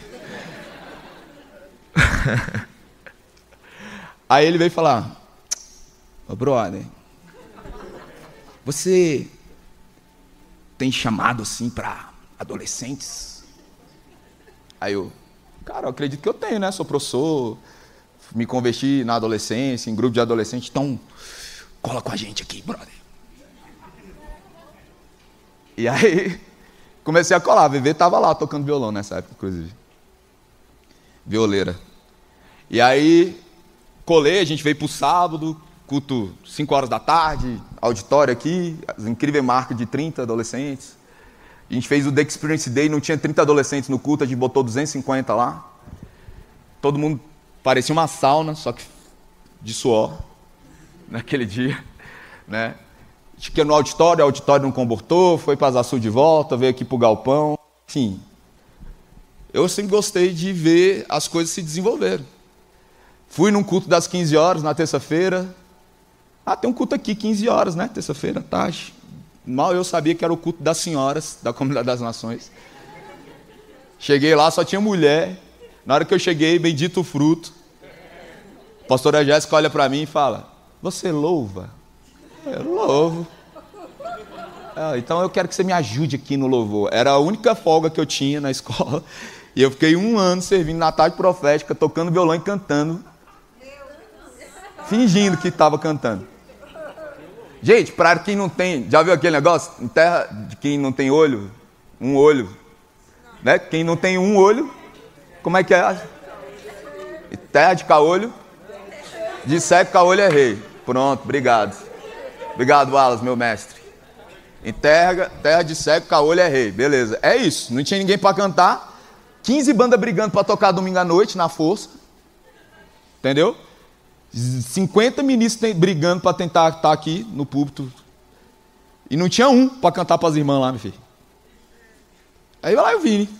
Aí ele veio falar, ô brother, você tem chamado assim para adolescentes? Aí eu, cara, eu acredito que eu tenho, né? Sou professor, me converti na adolescência, em grupo de adolescentes, então cola com a gente aqui, brother. E aí comecei a colar, a Vevê estava lá tocando violão nessa época, inclusive. Violeira. E aí colei, a gente veio para o sábado, culto 5 horas da tarde, auditório aqui, incrível marca de 30 adolescentes. A gente fez o The Experience Day, não tinha 30 adolescentes no culto, a gente botou 250 lá. Todo mundo parecia uma sauna, só que de suor, naquele dia, né? A gente ia no auditório, o auditório não comportou, foi para as Açu de volta, veio aqui para o galpão, enfim. Eu sempre gostei de ver as coisas se desenvolverem. Fui num culto das 15 horas, na terça-feira. Tem um culto aqui, 15 horas, né? Terça-feira, tarde. Mal eu sabia que era o culto das senhoras, da Comunidade das Nações. Cheguei lá, só tinha mulher. Na hora que eu cheguei, bendito o fruto. A pastora Jéssica olha para mim e fala, você louva? Eu louvo. Então eu quero que você me ajude aqui no louvor. Era a única folga que eu tinha na escola. E eu fiquei 1 ano servindo na tarde profética, tocando violão e cantando. Fingindo que estava cantando. Gente, para quem não tem... Já viu aquele negócio? Em terra de quem não tem olho, um olho. Né? Quem não tem um olho, como é que é? Em terra de caolho, de cego caolho é rei. Pronto, obrigado. Obrigado, Wallace, meu mestre. Em terra de cego caolho é rei. Beleza, é isso. Não tinha ninguém para cantar. 15 bandas brigando para tocar domingo à noite, na força. Entendeu? 50 ministros brigando para tentar estar aqui no púlpito. E não tinha um para cantar para as irmãs lá, meu filho. Aí lá eu vim.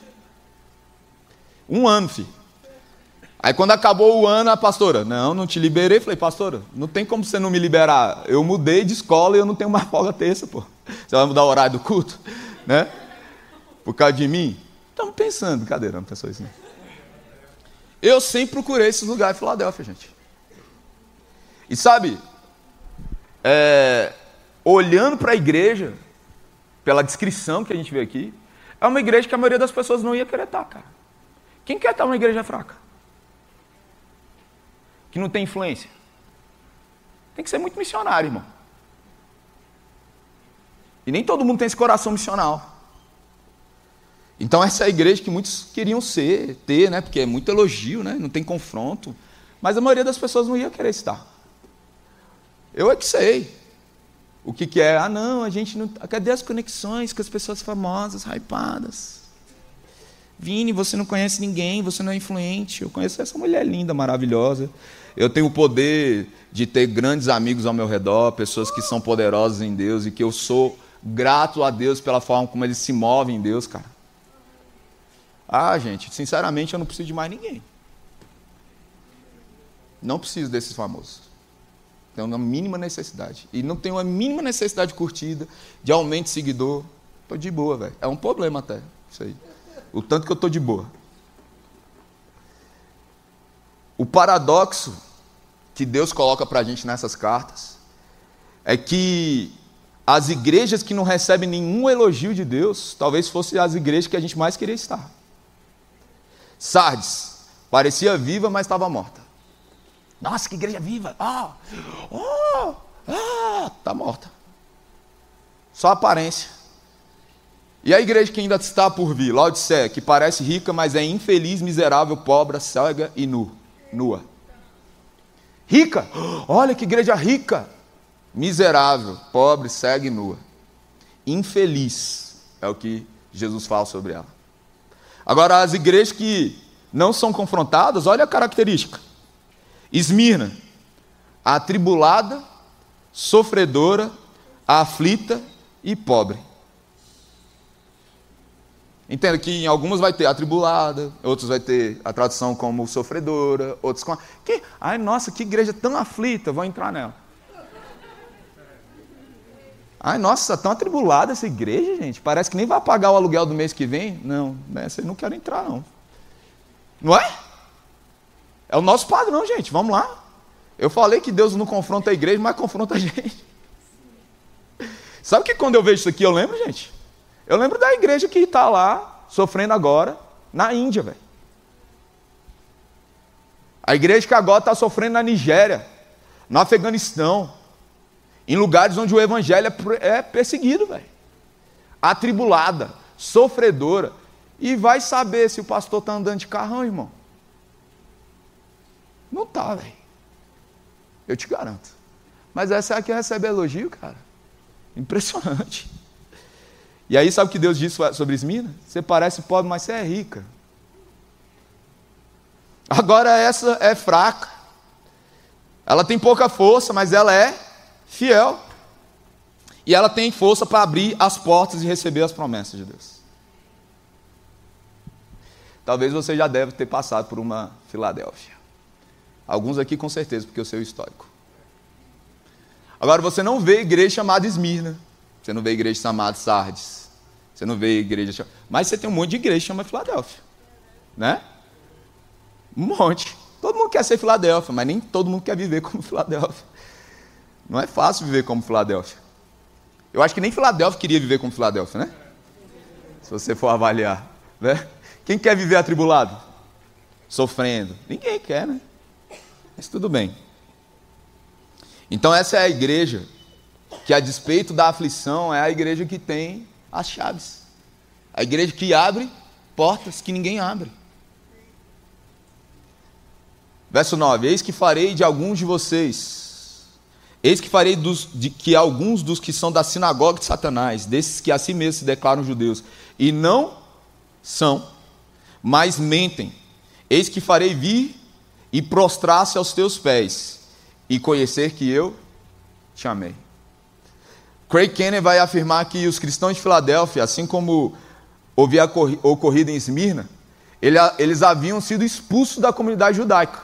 1 ano, filho. Aí quando acabou o ano, a pastora, não te liberei. Falei, pastora, não tem como você não me liberar. Eu mudei de escola e eu não tenho mais folga terça, pô. Você vai mudar o horário do culto? Né? Por causa de mim? Estamos pensando, brincadeira, não pensou isso, né? Eu sempre procurei esses lugares em Filadélfia, gente. E sabe, olhando para a igreja, pela descrição que a gente vê aqui, é uma igreja que a maioria das pessoas não ia querer estar, cara. Quem quer estar numa igreja fraca? Que não tem influência? Tem que ser muito missionário, irmão. E nem todo mundo tem esse coração missional. Então essa é a igreja que muitos queriam ter, né? Porque é muito elogio, né? Não tem confronto. Mas a maioria das pessoas não ia querer estar. Eu é que sei. O que é? Não, a gente não... Cadê as conexões com as pessoas famosas, hypadas? Vini, você não conhece ninguém, você não é influente. Eu conheço essa mulher linda, maravilhosa. Eu tenho o poder de ter grandes amigos ao meu redor, pessoas que são poderosas em Deus e que eu sou grato a Deus pela forma como eles se movem em Deus, cara. Gente, sinceramente eu não preciso de mais ninguém. Não preciso desses famosos. Tenho uma mínima necessidade. E não tenho a mínima necessidade de curtida, de aumento de seguidor. Estou de boa, velho. É um problema até, isso aí. O tanto que eu estou de boa. O paradoxo que Deus coloca para a gente nessas cartas é que as igrejas que não recebem nenhum elogio de Deus, talvez fossem as igrejas que a gente mais queria estar. Sardes, parecia viva, mas estava morta. Nossa, que igreja viva! Está morta. Só aparência. E a igreja que ainda está por vir, Laodiceia, que parece rica, mas é infeliz, miserável, pobre, cega e nua. Rica! Olha que igreja rica! Miserável, pobre, cega e nua. Infeliz é o que Jesus fala sobre ela. Agora, as igrejas que não são confrontadas, olha a característica. Esmirna, a atribulada, sofredora, a aflita e pobre. Entenda que em algumas vai ter atribulada, outros vai ter a tradução como sofredora, outros com... Ai, nossa, que igreja tão aflita, vou entrar nela. Ai, nossa, tão atribulada essa igreja, gente. Parece que nem vai pagar o aluguel do mês que vem. Não, nessa eu não quero entrar, não. Não é? É o nosso padrão, gente, vamos lá. Eu falei que Deus não confronta a igreja, mas confronta a gente. Sabe que quando eu vejo isso aqui, eu lembro, gente? Eu lembro da igreja que está lá, sofrendo agora, na Índia, velho. A igreja que agora está sofrendo na Nigéria, no Afeganistão, em lugares onde o evangelho é perseguido, velho. Atribulada, sofredora. E vai saber se o pastor está andando de carrão, irmão. Não está, velho. Eu te garanto. Mas essa é a que recebe elogio, cara. Impressionante. E aí, sabe o que Deus disse sobre Esmirna? Você parece pobre, mas você é rica. Agora essa é fraca. Ela tem pouca força, mas ela é fiel. E ela tem força para abrir as portas e receber as promessas de Deus. Talvez você já deve ter passado por uma Filadélfia. Alguns aqui com certeza, porque eu sei o histórico. Agora você não vê igreja chamada Esmirna. Você não vê igreja chamada Sardes. Você não vê igreja... Mas você tem um monte de igreja que chama Filadélfia. Né? Um monte. Todo mundo quer ser Filadélfia, mas nem todo mundo quer viver como Filadélfia. Não é fácil viver como Filadélfia. Eu acho que nem Filadélfia queria viver como Filadélfia, né? Se você for avaliar. Né? Quem quer viver atribulado? Sofrendo. Ninguém quer, né? Mas tudo bem. Então essa é a igreja que, a despeito da aflição, é a igreja que tem as chaves. A igreja que abre portas que ninguém abre. Verso 9: eis que farei de alguns de vocês, eis que farei que alguns dos que são da sinagoga de Satanás, desses que a si mesmos se declaram judeus, e não são, mas mentem, eis que farei vir e prostrar-se aos teus pés, e conhecer que eu te amei. Craig Kennedy vai afirmar que os cristãos de Filadélfia, assim como havia ocorrido em Esmirna, eles haviam sido expulsos da comunidade judaica.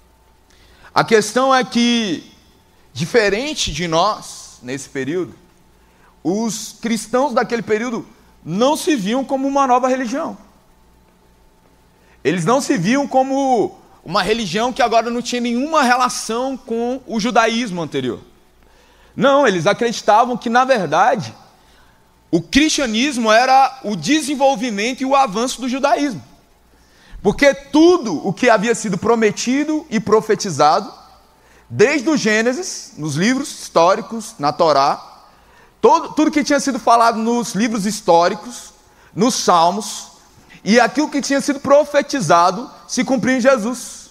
A questão é que, diferente de nós, nesse período, os cristãos daquele período não se viam como uma nova religião. Eles não se viam como uma religião que agora não tinha nenhuma relação com o judaísmo anterior. Não, eles acreditavam que, na verdade, o cristianismo era o desenvolvimento e o avanço do judaísmo. Porque tudo o que havia sido prometido e profetizado, desde o Gênesis, nos livros históricos, na Torá, tudo que tinha sido falado nos livros históricos, nos Salmos, e aquilo que tinha sido profetizado se cumpriu em Jesus.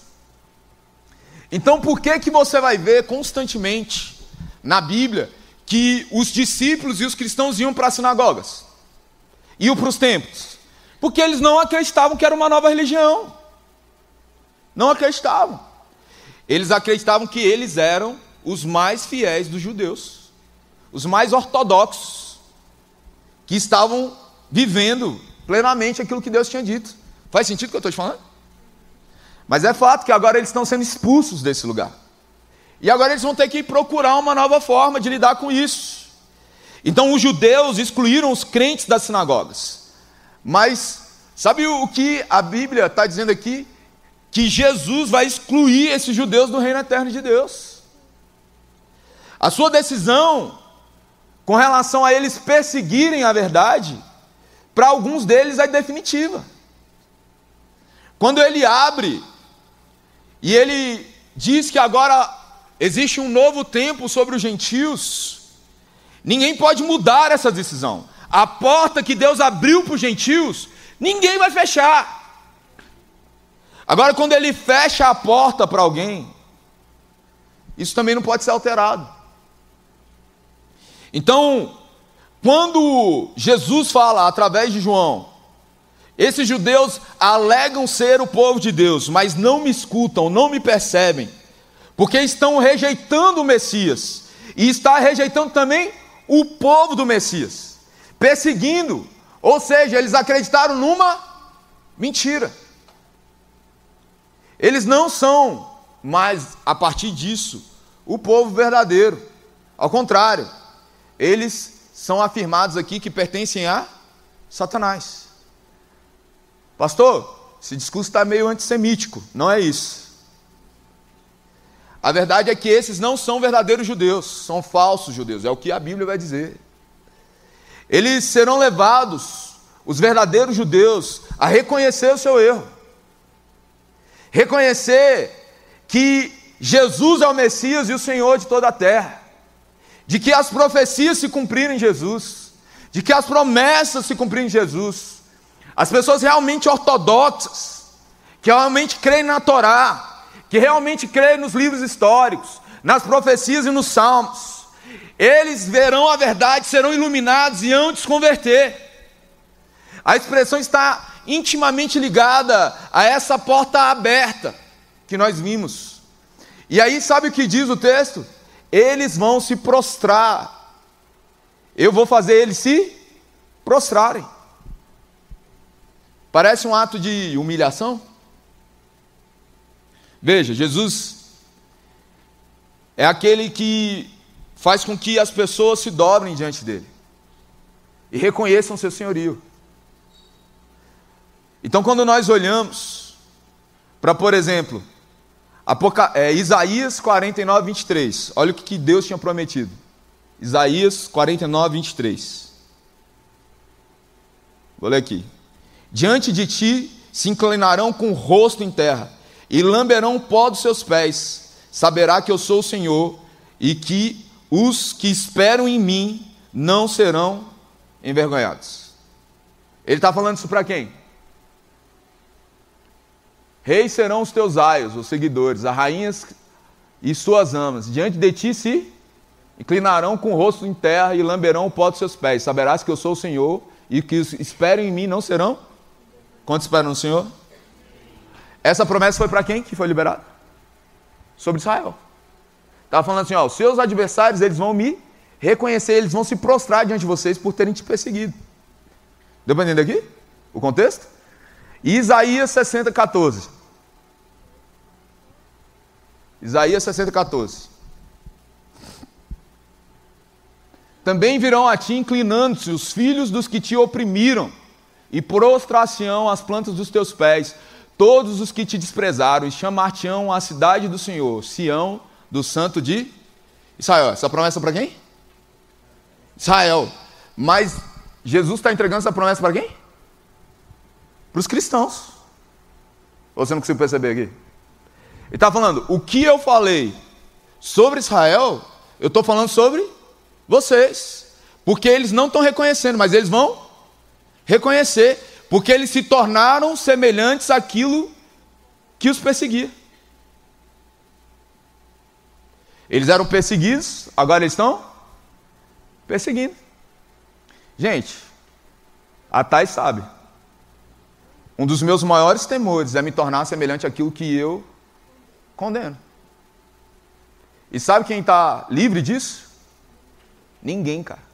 Então, por que você vai ver constantemente na Bíblia que os discípulos e os cristãos iam para as sinagogas? Iam para os templos? Porque eles não acreditavam que era uma nova religião. Não acreditavam. Eles acreditavam que eles eram os mais fiéis dos judeus, os mais ortodoxos, que estavam vivendo plenamente aquilo que Deus tinha dito. Faz sentido o que eu estou te falando? Mas é fato que agora eles estão sendo expulsos desse lugar. E agora eles vão ter que procurar uma nova forma de lidar com isso. Então os judeus excluíram os crentes das sinagogas. Mas sabe o que a Bíblia está dizendo aqui? Que Jesus vai excluir esses judeus do reino eterno de Deus. A sua decisão com relação a eles perseguirem a verdade, para alguns deles é definitiva. Quando ele abre e ele diz que agora existe um novo tempo sobre os gentios, ninguém pode mudar essa decisão. A porta que Deus abriu para os gentios, ninguém vai fechar. Agora, quando ele fecha a porta para alguém, isso também não pode ser alterado. Então, quando Jesus fala através de João, esses judeus alegam ser o povo de Deus, mas não me escutam, não me percebem, porque estão rejeitando o Messias, e está rejeitando também o povo do Messias, perseguindo Ou seja, eles acreditaram numa mentira. Eles não são mais, a partir disso, o povo verdadeiro. Ao contrário, eles são afirmados aqui que pertencem a Satanás. Pastor, esse discurso está meio antissemítico. Não é isso. A verdade é que esses não são verdadeiros judeus, são falsos judeus, é o que a Bíblia vai dizer. Eles serão levados, os verdadeiros judeus, a reconhecer o seu erro. Reconhecer que Jesus é o Messias e o Senhor de toda a terra. De que as profecias se cumpriram em Jesus. De que as promessas se cumpriram em Jesus. As pessoas realmente ortodoxas, que realmente creem na Torá, que realmente creem nos livros históricos, nas profecias e nos salmos, eles verão a verdade, serão iluminados e hão de se converter. A expressão está intimamente ligada a essa porta aberta que nós vimos. E aí sabe o que diz o texto? Eles vão se prostrar. Eu vou fazer eles se prostrarem. Parece um ato de humilhação? Veja, Jesus é aquele que faz com que as pessoas se dobrem diante dele e reconheçam seu senhorio. Então, quando nós olhamos para, por exemplo, Isaías 49, 23, olha o que Deus tinha prometido. Isaías 49, 23. Vou ler aqui. Diante de ti se inclinarão com o rosto em terra e lamberão o pó dos seus pés. Saberá que eu sou o Senhor e que os que esperam em mim não serão envergonhados. Ele está falando isso para quem? Reis serão os teus aios, os seguidores, as rainhas e suas amas. Diante de ti se inclinarão com o rosto em terra e lamberão o pó dos seus pés. Saberás que eu sou o Senhor e que os que esperam em mim não serão. Quantos esperam no Senhor? Essa promessa foi para quem que foi liberado? Sobre Israel. Estava falando assim, ó, os seus adversários, eles vão me reconhecer, eles vão se prostrar diante de vocês por terem te perseguido. Deu para entender aqui? O contexto? Isaías 60, 14. Isaías 60, 14. Também virão a ti inclinando-se os filhos dos que te oprimiram, e prostrar-se-ão as plantas dos teus pés, todos os que te desprezaram, e chamar-te-ão a cidade do Senhor, Sião, do santo de Israel. Essa promessa para quem? Israel. Mas Jesus está entregando essa promessa para quem? Para os cristãos. Ou você não conseguiu perceber aqui? Ele está falando, o que eu falei sobre Israel, eu estou falando sobre vocês. Porque eles não estão reconhecendo, mas eles vão reconhecer, porque eles se tornaram semelhantes àquilo que os perseguia. Eles eram perseguidos, agora eles estão perseguindo. Gente, a Thay sabe. Um dos meus maiores temores é me tornar semelhante àquilo que eu condeno. E sabe quem está livre disso? Ninguém, cara.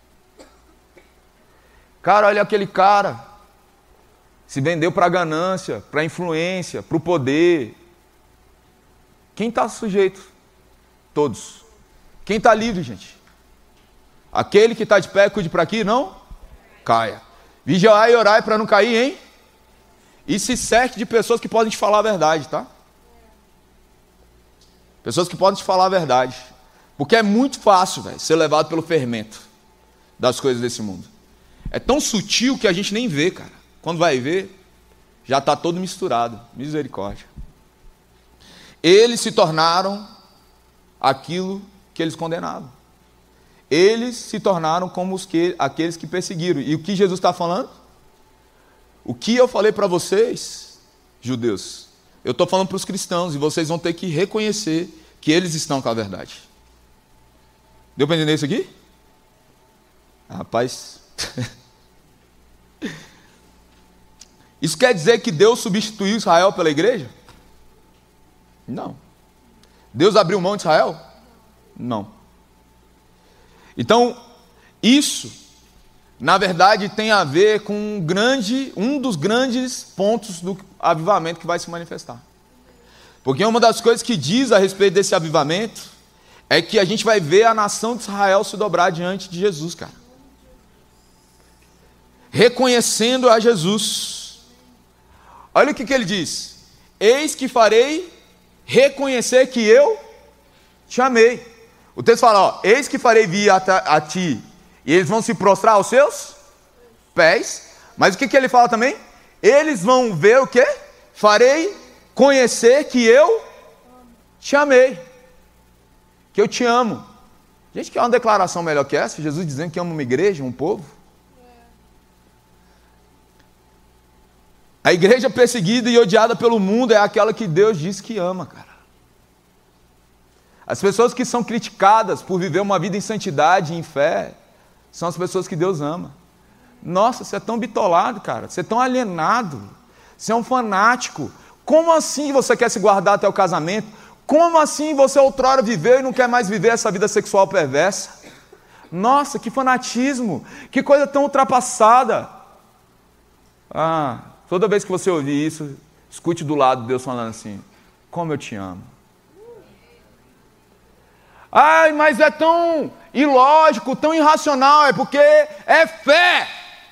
Cara, olha aquele cara. Se vendeu para a ganância, para a influência, para o poder. Quem está sujeito? Todos. Quem está livre, gente? Aquele que está de pé, cuide para aqui, não caia. Vigiai e orai para não cair, hein? E se cerque de pessoas que podem te falar a verdade, tá? Pessoas que podem te falar a verdade. Porque é muito fácil, velho, ser levado pelo fermento das coisas desse mundo. É tão sutil que a gente nem vê, cara. Quando vai ver, já está todo misturado. Misericórdia. Eles se tornaram aquilo que eles condenavam. Eles se tornaram como aqueles que perseguiram. E o que Jesus está falando? O que eu falei para vocês, judeus, eu estou falando para os cristãos, e vocês vão ter que reconhecer que eles estão com a verdade. Deu para entender isso aqui? Rapaz. Isso quer dizer que Deus substituiu Israel pela igreja? Não. Deus abriu mão de Israel? Não. Então, isso na verdade, tem a ver com um dos grandes pontos do avivamento que vai se manifestar. Porque uma das coisas que diz a respeito desse avivamento é que a gente vai ver a nação de Israel se dobrar diante de Jesus, cara. Reconhecendo a Jesus. Olha o que ele diz: eis que farei reconhecer que eu te amei. O texto fala, ó, eis que farei vir a ti, e eles vão se prostrar aos seus pés. Mas o que ele fala também? Eles vão ver o quê? Farei conhecer que eu te amei, que eu te amo. Gente, quer uma declaração melhor que essa? Jesus dizendo que ama uma igreja, um povo. A igreja perseguida e odiada pelo mundo é aquela que Deus diz que ama, cara. As pessoas que são criticadas por viver uma vida em santidade e em fé são as pessoas que Deus ama. Nossa, você é tão bitolado, cara. Você é tão alienado. Você é um fanático. Como assim você quer se guardar até o casamento? Como assim você outrora viveu e não quer mais viver essa vida sexual perversa? Nossa, que fanatismo. Que coisa tão ultrapassada. Toda vez que você ouvir isso, escute do lado de Deus falando assim: como eu te amo. Ai, mas é tão ilógico, tão irracional. É porque é fé.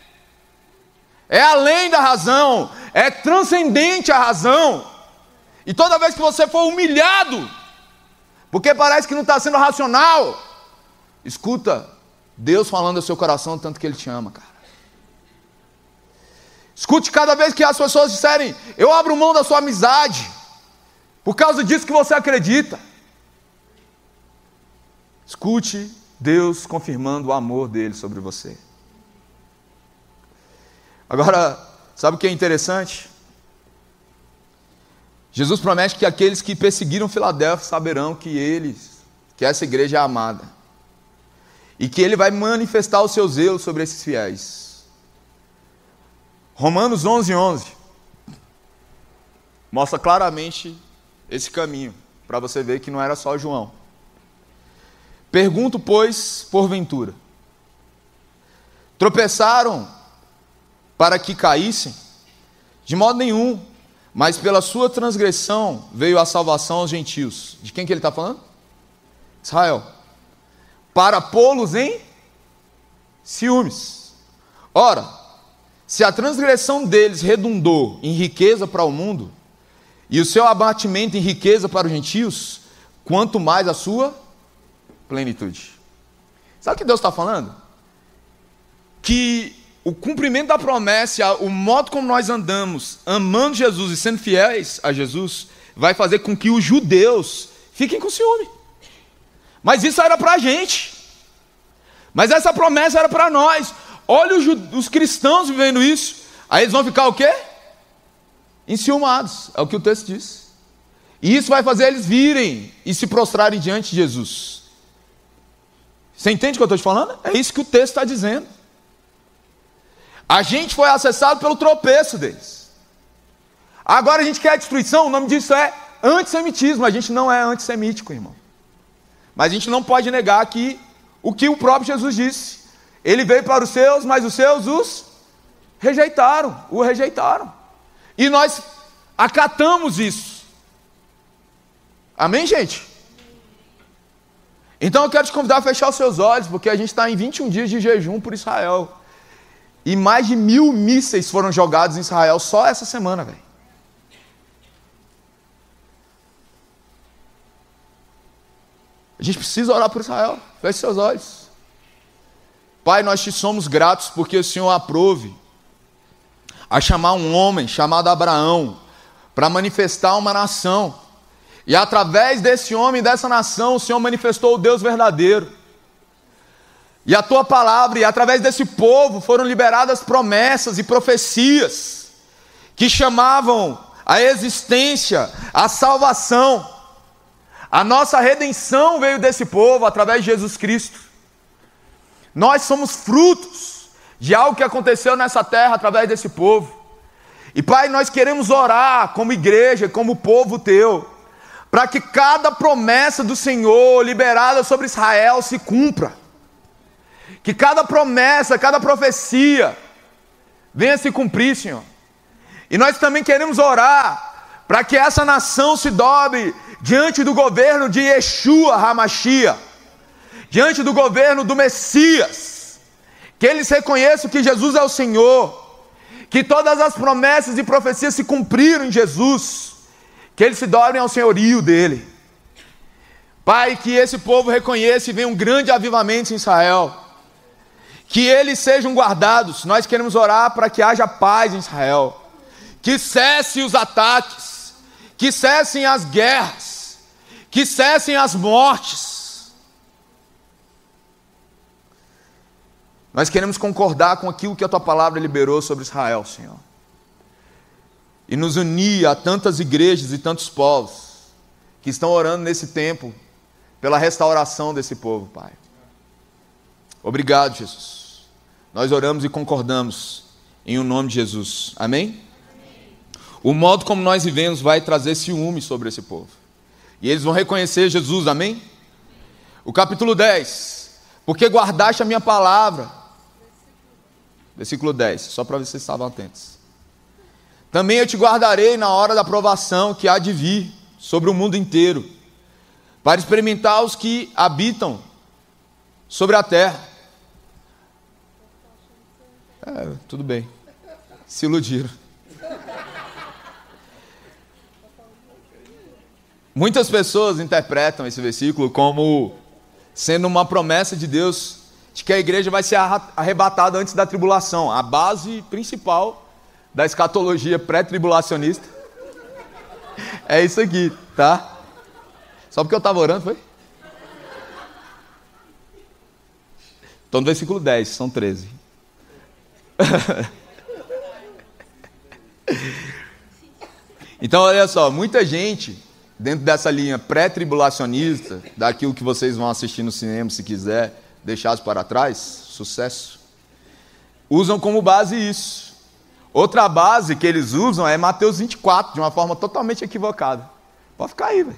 É além da razão. É transcendente a razão. E toda vez que você for humilhado, porque parece que não está sendo racional, escuta Deus falando ao seu coração o tanto que Ele te ama, cara. Escute cada vez que as pessoas disserem: eu abro mão da sua amizade por causa disso que você acredita. Escute Deus confirmando o amor dele sobre você. Agora, sabe o que é interessante? Jesus promete que aqueles que perseguiram Filadélfia saberão que essa igreja é amada. E que Ele vai manifestar o seu zelo sobre esses fiéis. Romanos 11:11 mostra claramente esse caminho, para você ver que não era só João. Pergunto, pois, porventura, tropeçaram para que caíssem? De modo nenhum, mas pela sua transgressão veio a salvação aos gentios. De quem que ele está falando? Israel. Para pô-los em ciúmes. Ora, se a transgressão deles redundou em riqueza para o mundo, e o seu abatimento em riqueza para os gentios, quanto mais a sua plenitude. Sabe o que Deus está falando? Que o cumprimento da promessa, o modo como nós andamos, amando Jesus e sendo fiéis a Jesus, vai fazer com que os judeus fiquem com ciúme. Mas isso era para a gente. Mas essa promessa era para nós. Olha os cristãos vivendo isso. Aí eles vão ficar o quê? Enciumados. É o que o texto diz. E isso vai fazer eles virem e se prostrarem diante de Jesus. Você entende o que eu estou te falando? É isso que o texto está dizendo. A gente foi acessado pelo tropeço deles. Agora a gente quer a destruição. O nome disso é antissemitismo. A gente não é antissemítico, irmão. Mas a gente não pode negar que o próprio Jesus disse. Ele veio para os seus, mas os seus o rejeitaram. E nós acatamos isso. Amém, gente? Então eu quero te convidar a fechar os seus olhos, porque a gente está em 21 dias de jejum por Israel. E mais de 1000 mísseis foram jogados em Israel só essa semana, velho. A gente precisa orar por Israel. Feche seus olhos. Pai, nós te somos gratos porque o Senhor aprove a chamar um homem chamado Abraão para manifestar uma nação. E através desse homem, dessa nação, o Senhor manifestou o Deus verdadeiro. E a tua palavra, e através desse povo, foram liberadas promessas e profecias que chamavam a existência, a salvação. A nossa redenção veio desse povo através de Jesus Cristo. Nós somos frutos de algo que aconteceu nessa terra através desse povo. E Pai, nós queremos orar como igreja, como povo teu, para que cada promessa do Senhor liberada sobre Israel se cumpra. Que cada promessa, cada profecia venha se cumprir, Senhor. E nós também queremos orar para que essa nação se dobre diante do governo de Yeshua HaMashiach, diante do governo do Messias, que eles reconheçam que Jesus é o Senhor, que todas as promessas e profecias se cumpriram em Jesus, que eles se dobrem ao senhorio dele. Pai, que esse povo reconheça e venha um grande avivamento em Israel, que eles sejam guardados. Nós queremos orar para que haja paz em Israel, que cessem os ataques, que cessem as guerras, que cessem as mortes. Nós queremos concordar com aquilo que a Tua palavra liberou sobre Israel, Senhor, e nos unir a tantas igrejas e tantos povos que estão orando nesse tempo pela restauração desse povo, Pai. Obrigado, Jesus. Nós oramos e concordamos em o nome de Jesus. Amém? O modo como nós vivemos vai trazer ciúme sobre esse povo. E eles vão reconhecer Jesus, amém? O capítulo 10. Porque guardaste a minha palavra. Versículo 10, só para ver se vocês estavam atentos. Também eu te guardarei na hora da provação que há de vir sobre o mundo inteiro, para experimentar os que habitam sobre a terra. Tudo bem. Se iludiram. Muitas pessoas interpretam esse versículo como sendo uma promessa de Deus de que a igreja vai ser arrebatada antes da tribulação. A base principal da escatologia pré-tribulacionista é isso aqui, tá? Só porque eu estava orando, foi? Estou no versículo 10, são 13. Então, olha só, muita gente dentro dessa linha pré-tribulacionista, daquilo que vocês vão assistir no cinema, se quiser deixar isso para trás, sucesso, usam como base isso. Outra base que eles usam é Mateus 24, de uma forma totalmente equivocada. Pode ficar aí, velho.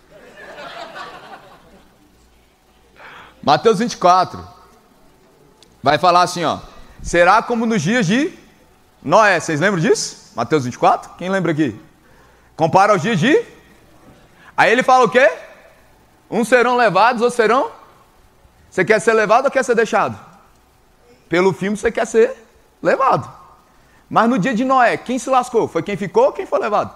Mateus 24 vai falar assim, ó: será como nos dias de Noé. Vocês lembram disso? Mateus 24? Quem lembra aqui? Compara aos dias de... Aí ele fala o quê? Uns serão levados, outros serão... Você quer ser levado ou quer ser deixado? Pelo filme você quer ser levado. Mas no dia de Noé, quem se lascou? Foi quem ficou ou quem foi levado?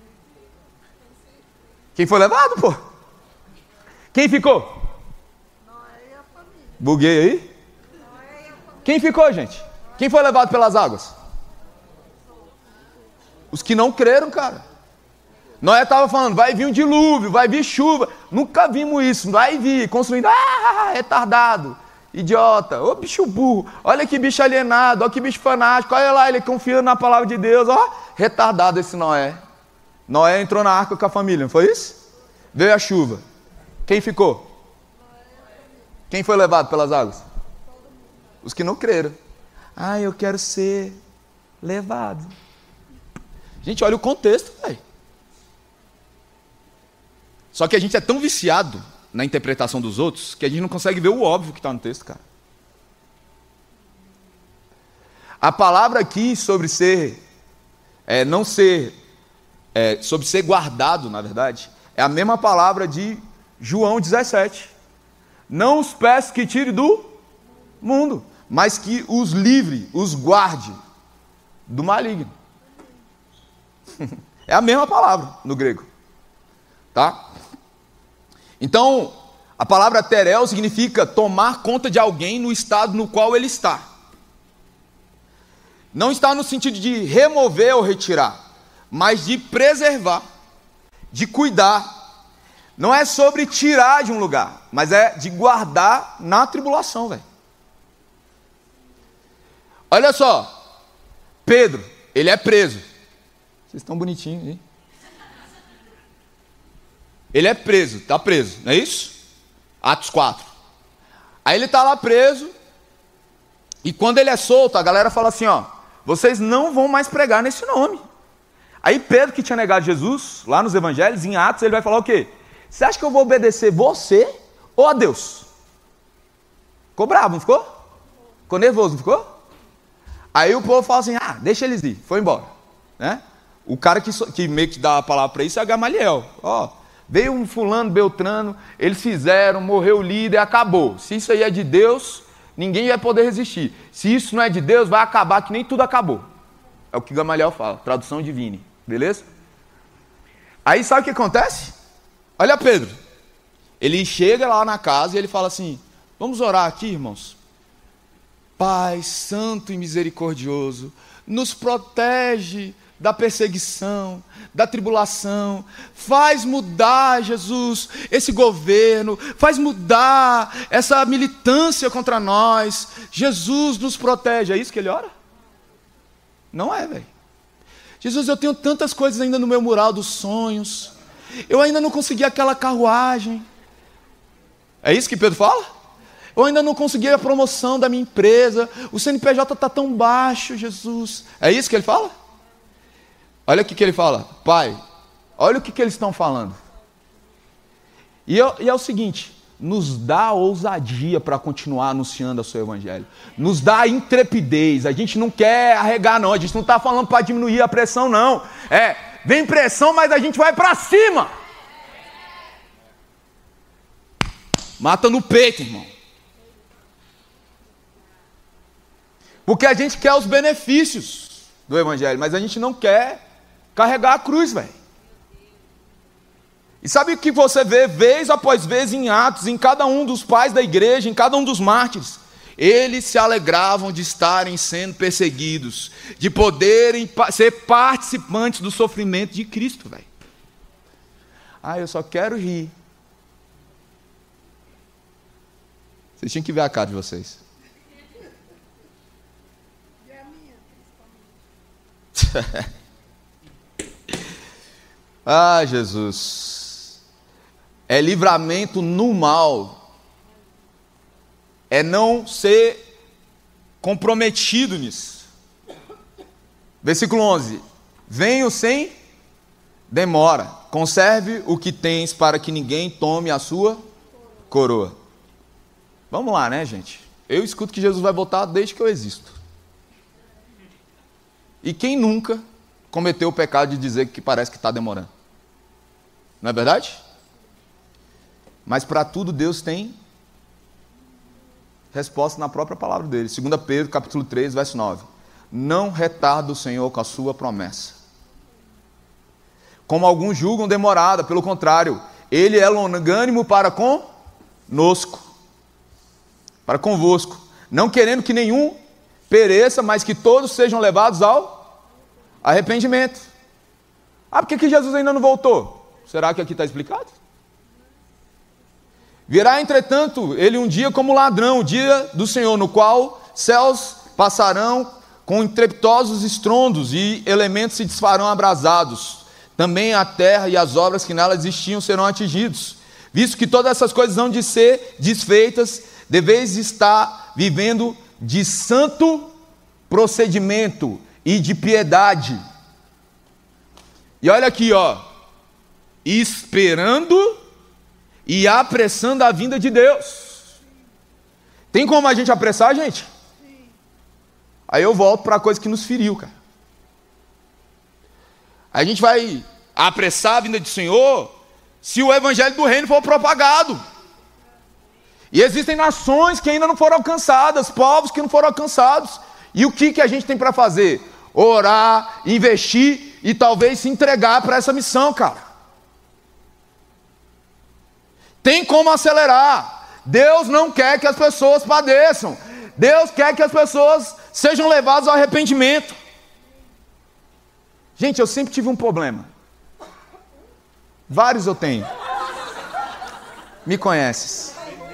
Quem foi levado, pô? Quem ficou? Noé e a família. Buguei aí? Noé e a família. Quem ficou, gente? Quem foi levado pelas águas? Os que não creram, cara. Noé estava falando, vai vir um dilúvio, vai vir chuva. Nunca vimos isso, vai vir, construindo, retardado, idiota, ô bicho burro, olha que bicho alienado, olha que bicho fanático, olha lá, ele confiando na palavra de Deus, ó, retardado esse Noé. Noé entrou na arca com a família, não foi isso? Veio a chuva. Quem ficou? Quem foi levado pelas águas? Os que não creram. Ah, eu quero ser levado. Gente, olha o contexto, velho. Só que a gente é tão viciado na interpretação dos outros que a gente não consegue ver o óbvio que está no texto, cara. A palavra aqui sobre ser, sobre ser guardado, na verdade, é a mesma palavra de João 17. Não os peço que tire do mundo, mas que os livre, os guarde do maligno. É a mesma palavra no grego, tá? Então, a palavra terel significa tomar conta de alguém no estado no qual ele está. Não está no sentido de remover ou retirar, mas de preservar, de cuidar. Não é sobre tirar de um lugar, mas é de guardar na tribulação, velho. Olha só, Pedro, ele é preso. Vocês estão bonitinhos, hein? Ele é preso, está preso, não é isso? Atos 4. Aí ele está lá preso, e quando ele é solto, a galera fala assim, ó, vocês não vão mais pregar nesse nome. Aí Pedro, que tinha negado Jesus, lá nos evangelhos, em Atos, ele vai falar o quê? Você acha que eu vou obedecer você ou a Deus? Ficou bravo, não ficou? Ficou nervoso, não ficou? Aí o povo fala assim, deixa eles ir, foi embora, né? O cara que meio que dá a palavra para isso é Gamaliel. Veio um fulano, Beltrano, eles fizeram, morreu o líder, acabou. Se isso aí é de Deus, ninguém vai poder resistir. Se isso não é de Deus, vai acabar que nem tudo acabou. É o que Gamaliel fala, tradução divina, beleza? Aí sabe o que acontece? Olha Pedro, ele chega lá na casa e ele fala assim, vamos orar aqui, irmãos? Pai santo e misericordioso, nos protege da perseguição, da tribulação, faz mudar, Jesus, esse governo, faz mudar essa militância contra nós, Jesus nos protege. É isso que ele ora? Não é, velho. Jesus, eu tenho tantas coisas ainda no meu mural dos sonhos, eu ainda não consegui aquela carruagem. É isso que Pedro fala? Eu ainda não consegui a promoção da minha empresa, o CNPJ está tão baixo, Jesus. É isso que ele fala? Olha o que ele fala, Pai, olha o que eles estão falando. E é o seguinte, nos dá ousadia para continuar anunciando o seu evangelho. Nos dá intrepidez, a gente não quer arregar não, a gente não está falando para diminuir a pressão não. Vem pressão, mas a gente vai para cima. Mata no peito, irmão. Porque a gente quer os benefícios do evangelho, mas a gente não quer carregar a cruz, velho. E sabe o que você vê vez após vez em Atos, em cada um dos pais da igreja, em cada um dos mártires? Eles se alegravam de estarem sendo perseguidos, de poderem ser participantes do sofrimento de Cristo, velho. Eu só quero rir. Vocês tinham que ver a cara de vocês. Jesus. É livramento no mal. É não ser comprometido nisso. Versículo 11. Venho sem demora. Conserve o que tens para que ninguém tome a sua coroa. Vamos lá, né, gente? Eu escuto que Jesus vai voltar desde que eu existo. E quem nunca cometeu o pecado de dizer que parece que está demorando? Não é verdade? Mas para tudo Deus tem resposta na própria palavra dele. 2 Pedro, capítulo 3, verso 9. Não retarda o Senhor com a sua promessa, como alguns julgam demorada, pelo contrário, ele é longânimo para conosco, para convosco, não querendo que nenhum pereça, mas que todos sejam levados ao arrependimento. Por que Jesus ainda não voltou? Será que aqui está explicado? Virá, entretanto, ele um dia como ladrão, o dia do Senhor, no qual céus passarão com estrepitosos estrondos e elementos se desfarão abrasados. Também a terra e as obras que nela existiam serão atingidos. Visto que todas essas coisas hão de ser desfeitas, deveis estar vivendo de santo procedimento e de piedade. E olha aqui, esperando e apressando a vinda de Deus. Tem como a gente apressar, gente? Aí eu volto para a coisa que nos feriu, cara. A gente vai apressar a vinda do Senhor se o evangelho do reino for propagado. E existem nações que ainda não foram alcançadas, povos que não foram alcançados. E o que a gente tem para fazer? Orar, investir e talvez se entregar para essa missão, cara. Tem como acelerar. Deus não quer que as pessoas padeçam. Deus quer que as pessoas sejam levadas ao arrependimento. Gente, eu sempre tive um problema. Vários eu tenho. Me conheces.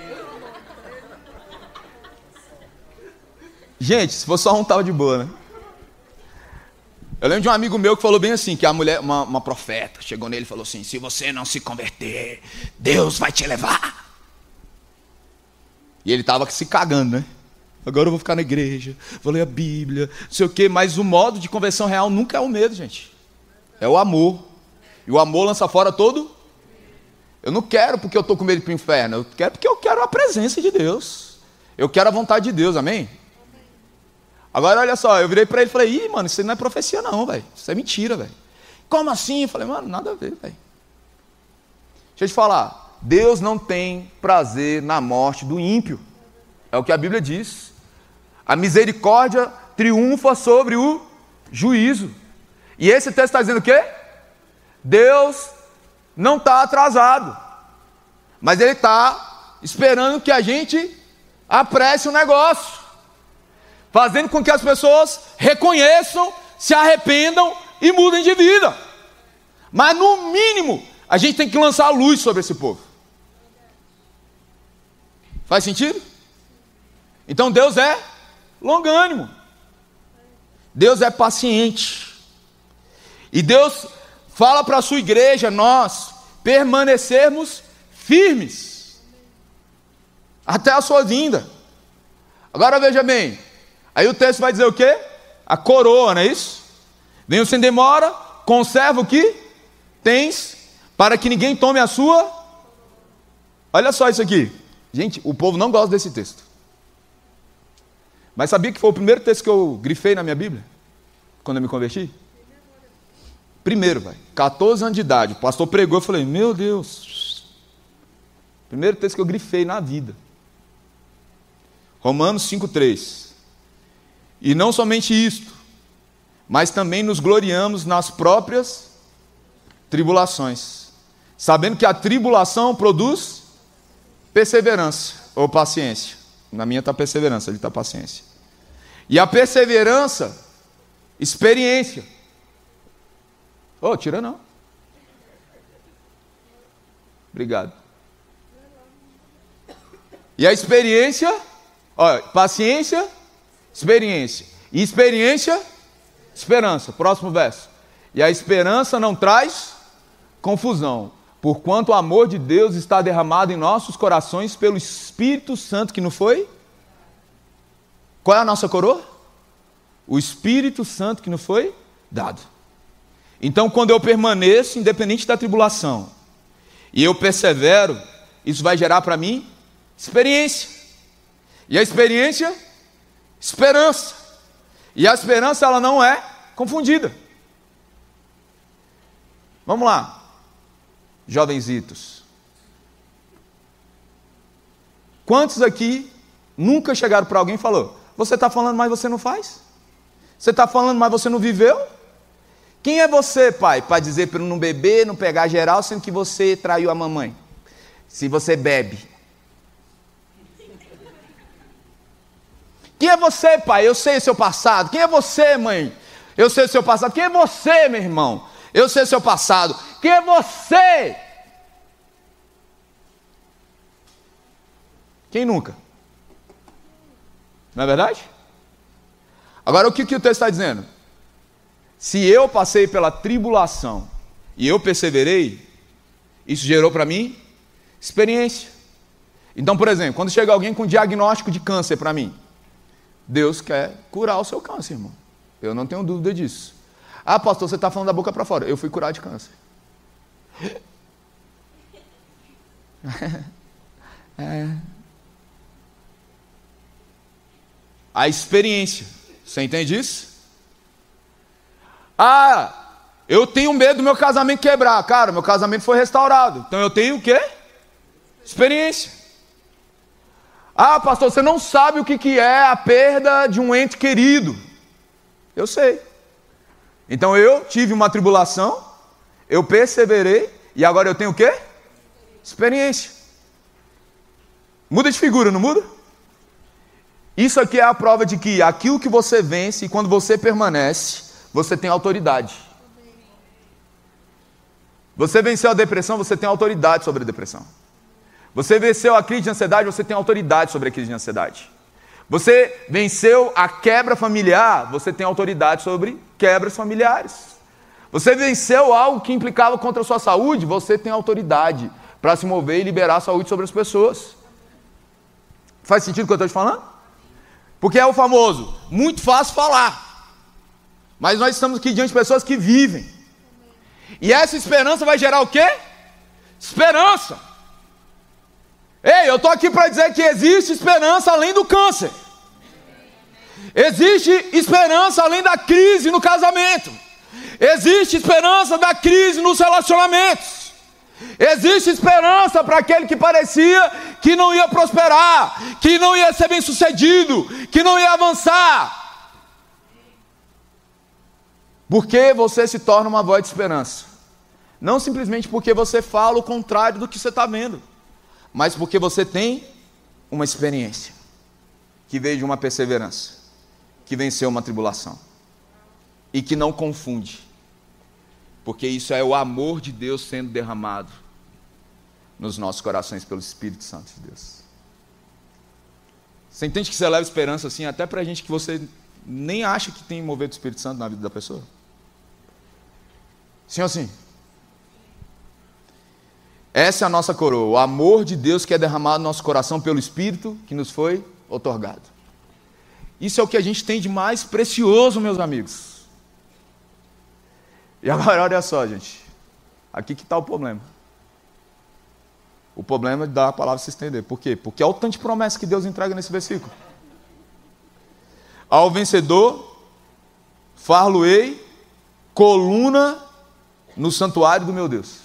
Gente, se for só um, tava de boa, né? Eu lembro de um amigo meu que falou bem assim, que a mulher, uma profeta, chegou nele e falou assim: se você não se converter, Deus vai te levar. E ele estava se cagando, né? Agora eu vou ficar na igreja, vou ler a Bíblia, não sei o quê, mas o modo de conversão real nunca é o medo, gente. É o amor. E o amor lança fora todo. Eu não quero porque eu estou com medo de ir para o inferno, eu quero porque eu quero a presença de Deus. Eu quero a vontade de Deus, amém? Agora olha só, eu virei para ele e falei, ih, mano, isso não é profecia não, velho. Isso é mentira, velho. Como assim? Eu falei, mano, nada a ver, velho. Deixa eu te falar, Deus não tem prazer na morte do ímpio. É o que a Bíblia diz. A misericórdia triunfa sobre o juízo. E esse texto está dizendo o quê? Deus não está atrasado, mas Ele está esperando que a gente apresse o negócio, fazendo com que as pessoas reconheçam, se arrependam e mudem de vida. Mas no mínimo, a gente tem que lançar luz sobre esse povo. Faz sentido? Então Deus é longânimo. Deus é paciente. E Deus fala para a sua igreja, nós permanecermos firmes até a sua vinda. Agora veja bem, aí o texto vai dizer o quê? A coroa, não é isso? Venha sem demora, conserva o que tens, para que ninguém tome a sua. Olha só isso aqui. Gente, o povo não gosta desse texto. Mas sabia que foi o primeiro texto que eu grifei na minha Bíblia? Quando eu me converti? Primeiro, velho. 14 anos de idade. O pastor pregou, eu falei, meu Deus. Primeiro texto que eu grifei na vida. Romanos 5,3. E não somente isto, mas também nos gloriamos nas próprias tribulações, sabendo que a tribulação produz perseverança ou paciência. Na minha está perseverança, ali está paciência. E a perseverança, experiência. Oh, tira não. Obrigado. E a experiência, ó, paciência, experiência. E experiência, esperança. Próximo verso. E a esperança não traz confusão, porquanto o amor de Deus está derramado em nossos corações pelo Espírito Santo que não foi? Qual é a nossa coroa? O Espírito Santo que não foi dado. Então, quando eu permaneço, independente da tribulação, e eu persevero, isso vai gerar para mim experiência. E a experiência, esperança. E a esperança, ela não é confundida. Vamos lá, jovenzitos. Quantos aqui nunca chegaram para alguém e falou, você está falando, mas você não faz? Você está falando, mas você não viveu? Quem é você, pai, para dizer para não beber, não pegar geral, sendo que você traiu a mamãe? Se você bebe. Quem é você, pai? Eu sei o seu passado. Quem é você, mãe? Eu sei o seu passado. Quem é você, meu irmão? Eu sei o seu passado. Quem é você? Quem nunca? Não é verdade? Agora, o que o texto está dizendo? Se eu passei pela tribulação e eu perseverei, isso gerou para mim experiência. Então, por exemplo, quando chega alguém com diagnóstico de câncer para mim, Deus quer curar o seu câncer, irmão. Eu não tenho dúvida disso. Ah, pastor, você está falando da boca para fora. Eu fui curado de câncer. A experiência. Você entende isso? Ah, eu tenho medo do meu casamento quebrar. Cara, meu casamento foi restaurado. Então eu tenho o quê? Experiência. Ah, pastor, você não sabe o que é a perda de um ente querido. Eu sei. Então eu tive uma tribulação, eu perseverei, e agora eu tenho o quê? Experiência. Muda de figura, não muda? Isso aqui é a prova de que aquilo que você vence, e quando você permanece, você tem autoridade. Você venceu a depressão, você tem autoridade sobre a depressão. Você venceu a crise de ansiedade, você tem autoridade sobre a crise de ansiedade. Você venceu a quebra familiar, você tem autoridade sobre quebras familiares. Você venceu algo que implicava contra a sua saúde, você tem autoridade para se mover e liberar a saúde sobre as pessoas. Faz sentido o que eu estou te falando? Porque é o famoso, muito fácil falar, mas nós estamos aqui diante de pessoas que vivem. E essa esperança vai gerar o quê? Esperança. Ei, eu estou aqui para dizer que existe esperança além do câncer. Existe esperança além da crise no casamento. Existe esperança da crise nos relacionamentos. Existe esperança para aquele que parecia que não ia prosperar, que não ia ser bem sucedido, que não ia avançar. Porque você se torna uma voz de esperança. Não simplesmente porque você fala o contrário do que você está vendo, mas porque você tem uma experiência que veio de uma perseverança, que venceu uma tribulação e que não confunde, porque isso é o amor de Deus sendo derramado nos nossos corações pelo Espírito Santo de Deus. Você entende que você leva esperança assim até para gente que você nem acha que tem mover do Espírito Santo na vida da pessoa? Sim ou sim? Essa é a nossa coroa, o amor de Deus que é derramado no nosso coração pelo Espírito que nos foi outorgado. Isso é o que a gente tem de mais precioso, meus amigos. E agora olha só, gente, aqui que está o problema. O problema é dar a palavra se estender. Por quê? Porque olha o tanto de promessa que Deus entrega nesse versículo. Ao vencedor, far-lo-ei coluna no santuário do meu Deus.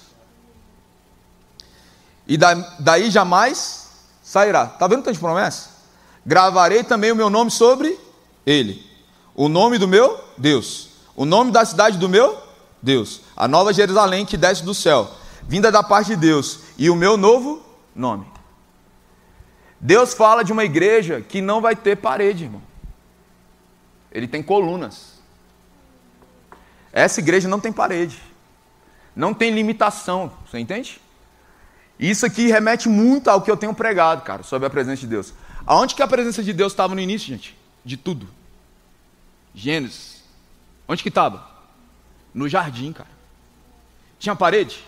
E daí jamais sairá. Está vendo o tanto de promessa? Gravarei também o meu nome sobre ele. O nome do meu Deus. O nome da cidade do meu Deus. A nova Jerusalém que desce do céu, vinda da parte de Deus. E o meu novo nome. Deus fala de uma igreja que não vai ter parede, irmão. Ele tem colunas. Essa igreja não tem parede. Não tem limitação. Você entende? Isso aqui remete muito ao que eu tenho pregado, cara, sobre a presença de Deus. Aonde que a presença de Deus estava no início, gente? De tudo. Gênesis. Onde que estava? No jardim, cara. Tinha parede?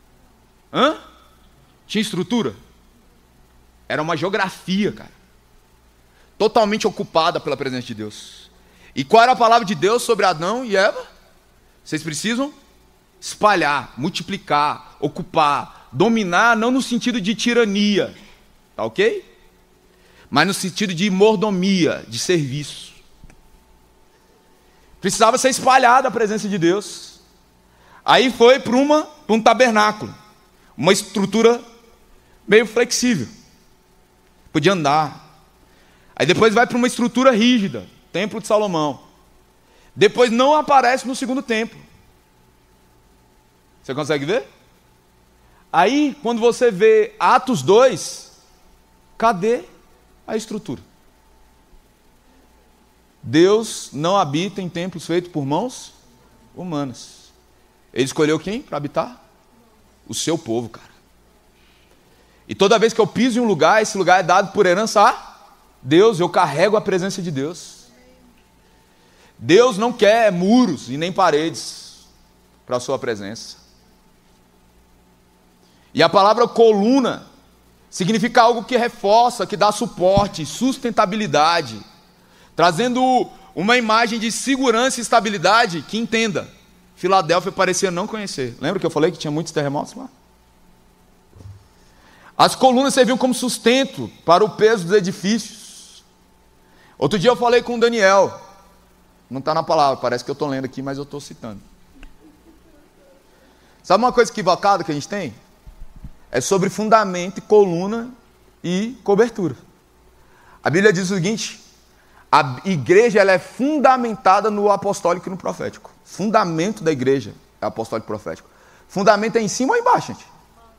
Tinha estrutura? Era uma geografia, cara. Totalmente ocupada pela presença de Deus. E qual era a palavra de Deus sobre Adão e Eva? Vocês precisam espalhar, multiplicar, ocupar, dominar, não no sentido de tirania, tá ok? Mas no sentido de mordomia, de serviço. Precisava ser espalhada a presença de Deus. Aí foi para um tabernáculo, uma estrutura meio flexível, podia andar. Aí depois vai para uma estrutura rígida, Templo de Salomão. Depois não aparece no segundo templo. Você consegue ver? Aí, quando você vê Atos 2, cadê a estrutura? Deus não habita em templos feitos por mãos humanas. Ele escolheu quem para habitar? O seu povo, cara. E toda vez que eu piso em um lugar, esse lugar é dado por herança a Deus, eu carrego a presença de Deus. Deus não quer muros e nem paredes para a sua presença. E a palavra coluna significa algo que reforça, que dá suporte, sustentabilidade, trazendo uma imagem de segurança e estabilidade que, entenda, Filadélfia parecia não conhecer. Lembra que eu falei que tinha muitos terremotos lá? As colunas serviam como sustento para o peso dos edifícios. Outro dia eu falei com o Daniel, não está na palavra, parece que eu estou lendo aqui, mas eu estou citando. Sabe uma coisa equivocada que a gente tem? É sobre fundamento, coluna e cobertura. A Bíblia diz o seguinte: a igreja ela é fundamentada no apostólico e no profético. Fundamento da igreja é apostólico e profético. Fundamento é em cima ou embaixo, gente?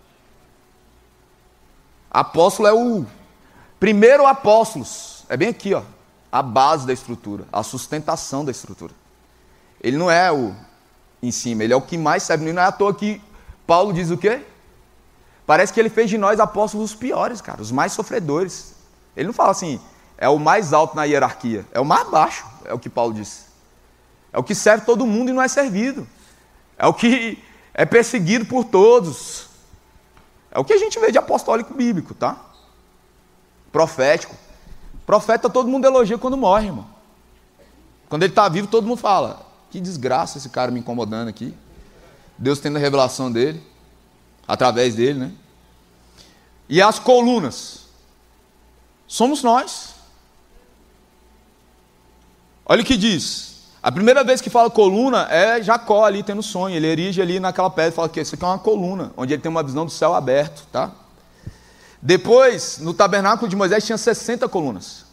Apóstolo é o primeiro apóstolos. É bem aqui, ó, a base da estrutura, a sustentação da estrutura. Ele não é o em cima, ele é o que mais serve. Não é à toa que Paulo diz o quê? Parece que ele fez de nós apóstolos os piores, cara, os mais sofredores. Ele não fala assim, é o mais alto na hierarquia, é o mais baixo, é o que Paulo disse. É o que serve todo mundo e não é servido. É o que é perseguido por todos. É o que a gente vê de apostólico bíblico, tá? Profético. Profeta todo mundo elogia quando morre, irmão. Quando ele está vivo, todo mundo fala, que desgraça esse cara me incomodando aqui. Deus tendo a revelação dele, através dele, né? E as colunas somos nós. Olha o que diz. A primeira vez que fala coluna é Jacó ali tendo sonho. Ele erige ali naquela pedra e fala que isso aqui é uma coluna, onde ele tem uma visão do céu aberto, tá? Depois, no tabernáculo de Moisés tinha 60 colunas.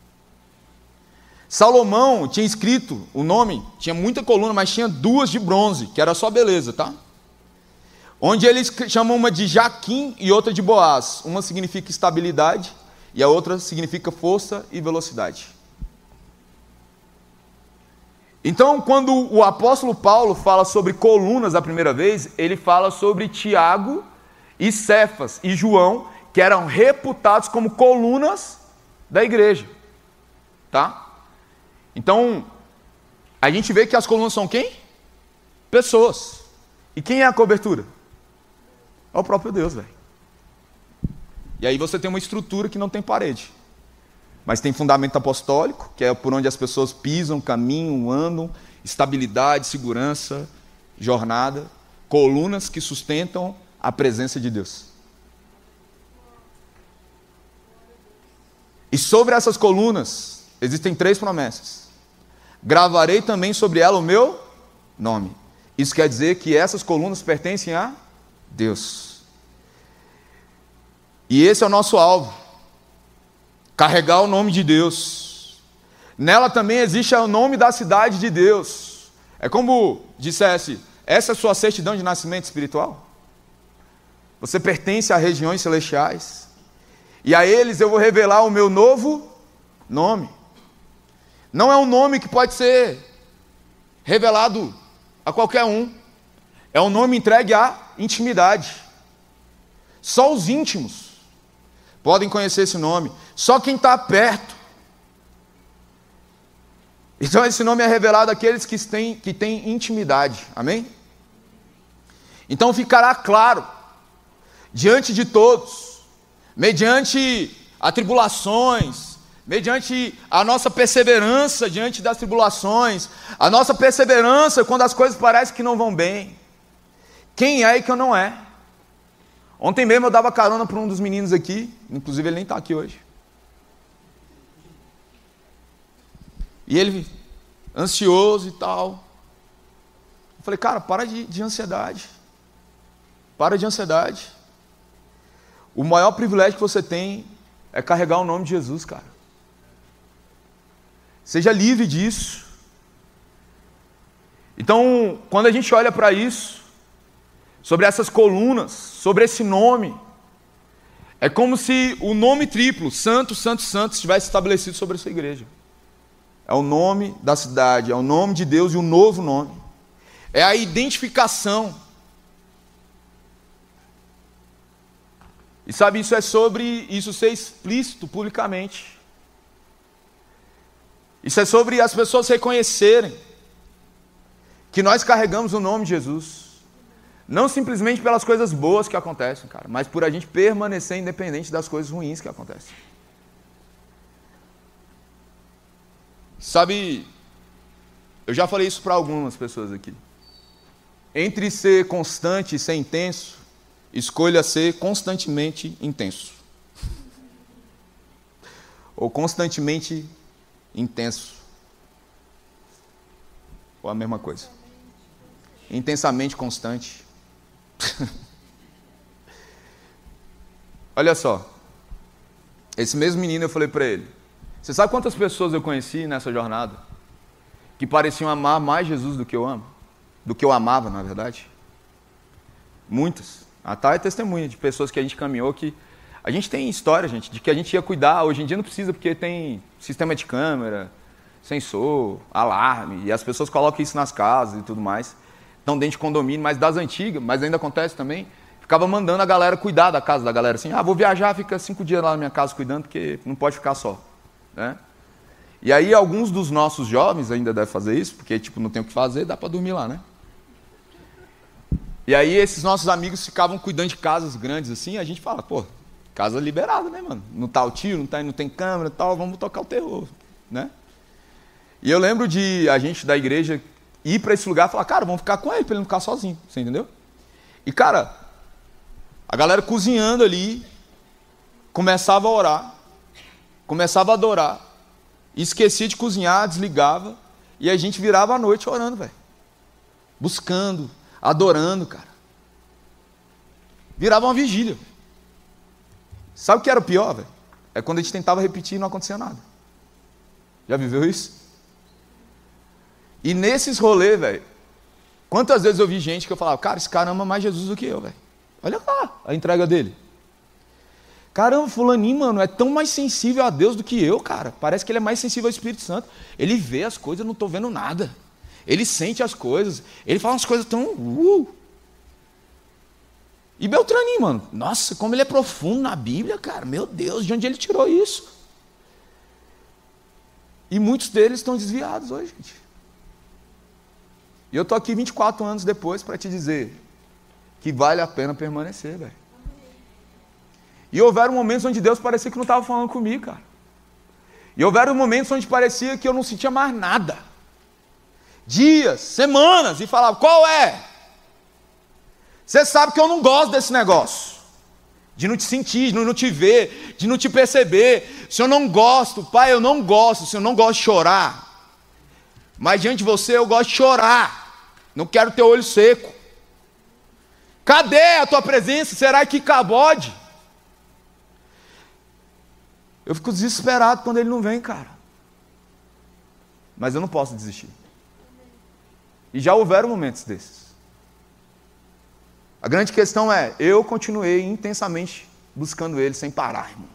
Salomão tinha escrito o nome, tinha muita coluna, mas tinha 2 de bronze, que era só beleza, tá? Onde eles chamam uma de Jaquim e outra de Boaz. Uma significa estabilidade e a outra significa força e velocidade. Então, quando o apóstolo Paulo fala sobre colunas a primeira vez, ele fala sobre Tiago e Cefas e João, que eram reputados como colunas da igreja, tá? Então, a gente vê que as colunas são quem? Pessoas. E quem é a cobertura? É o próprio Deus, velho. E aí você tem uma estrutura que não tem parede, mas tem fundamento apostólico, que é por onde as pessoas pisam, caminham, andam, estabilidade, segurança, jornada, colunas que sustentam a presença de Deus. E sobre essas colunas, existem 3 promessas. Gravarei também sobre ela o meu nome. Isso quer dizer que essas colunas pertencem a Deus. E esse é o nosso alvo. Carregar o nome de Deus. Nela também existe o nome da cidade de Deus. É como dissesse, essa é a sua certidão de nascimento espiritual. Você pertence a regiões celestiais. E a eles eu vou revelar o meu novo nome. Não é um nome que pode ser revelado a qualquer um. É um nome entregue à intimidade. Só os íntimos podem conhecer esse nome. Só quem está perto. Então esse nome é revelado àqueles que têm intimidade. Amém? Então ficará claro, diante de todos, mediante as tribulações, mediante a nossa perseverança diante das tribulações, a nossa perseverança quando as coisas parecem que não vão bem, quem é e quem não é. Ontem mesmo eu dava carona para um dos meninos aqui, inclusive ele nem está aqui hoje. E ele, ansioso e tal. Eu falei, cara, para de ansiedade. Para de ansiedade. O maior privilégio que você tem é carregar o nome de Jesus, cara. Seja livre disso. Então, quando a gente olha para isso, sobre essas colunas, sobre esse nome, é como se o nome triplo, Santo, Santo, Santo, estivesse estabelecido sobre essa igreja. É o nome da cidade, é o nome de Deus e um novo nome. É a identificação. E sabe, isso é sobre isso ser explícito publicamente. Isso é sobre as pessoas reconhecerem que nós carregamos o nome de Jesus. Não simplesmente pelas coisas boas que acontecem, cara, mas por a gente permanecer independente das coisas ruins que acontecem. Sabe, eu já falei isso para algumas pessoas aqui. Entre ser constante e ser intenso, escolha ser constantemente intenso. Ou constantemente intenso. Ou a mesma coisa. Intensamente constante. Olha só. Esse mesmo menino eu falei para ele. Você sabe quantas pessoas eu conheci nessa jornada? Que pareciam amar mais Jesus do que eu amo? Do que eu amava, na verdade? Muitas. A Thay é testemunha de pessoas que a gente caminhou que... A gente tem história, gente, de que a gente ia cuidar. Hoje em dia não precisa, porque tem sistema de câmera, sensor, alarme, e as pessoas colocam isso nas casas e tudo mais. Estão dentro de condomínio, mas das antigas, mas ainda acontece também. Ficava mandando a galera cuidar da casa da galera, assim, vou viajar, fica 5 dias lá na minha casa cuidando, porque não pode ficar só, né? E aí alguns dos nossos jovens ainda devem fazer isso, porque tipo, não tem o que fazer, dá para dormir lá, né? E aí esses nossos amigos ficavam cuidando de casas grandes assim, a gente fala, pô, casa liberada, né, mano? Não tá o tiro, não tem câmera e tal, vamos tocar o terror, né? E eu lembro de a gente da igreja ir para esse lugar e falar, cara, vamos ficar com ele, para ele não ficar sozinho, você entendeu? E cara, a galera cozinhando ali, começava a orar, começava a adorar, esquecia de cozinhar, desligava, e a gente virava a noite orando, velho. Buscando, adorando, cara. Virava uma vigília. Sabe o que era o pior, velho? É quando a gente tentava repetir e não acontecia nada. Já viveu isso? E nesses rolês, velho, quantas vezes eu vi gente que eu falava, cara, esse cara ama mais Jesus do que eu, velho. Olha lá a entrega dele. Caramba, fulaninho, mano, é tão mais sensível a Deus do que eu, cara. Parece que ele é mais sensível ao Espírito Santo. Ele vê as coisas, eu não estou vendo nada. Ele sente as coisas. Ele fala umas coisas tão... E Beltraninho, mano, nossa, como ele é profundo na Bíblia, cara. Meu Deus, de onde ele tirou isso? E muitos deles estão desviados hoje, gente. E eu estou aqui 24 anos depois para te dizer que vale a pena permanecer, velho. E houveram momentos onde Deus parecia que não estava falando comigo, cara. E houveram momentos onde parecia que eu não sentia mais nada. Dias, semanas, e falava, qual é? Você sabe que eu não gosto desse negócio. De não te sentir, de não te ver, de não te perceber. Se eu não gosto, pai, eu não gosto. Se eu não gosto de chorar. Mas diante de você eu gosto de chorar. Não quero ter olho seco. Cadê a tua presença? Será que cabode? Eu fico desesperado quando ele não vem, cara. Mas eu não posso desistir. E já houveram momentos desses. A grande questão é, eu continuei intensamente buscando ele sem parar, irmão.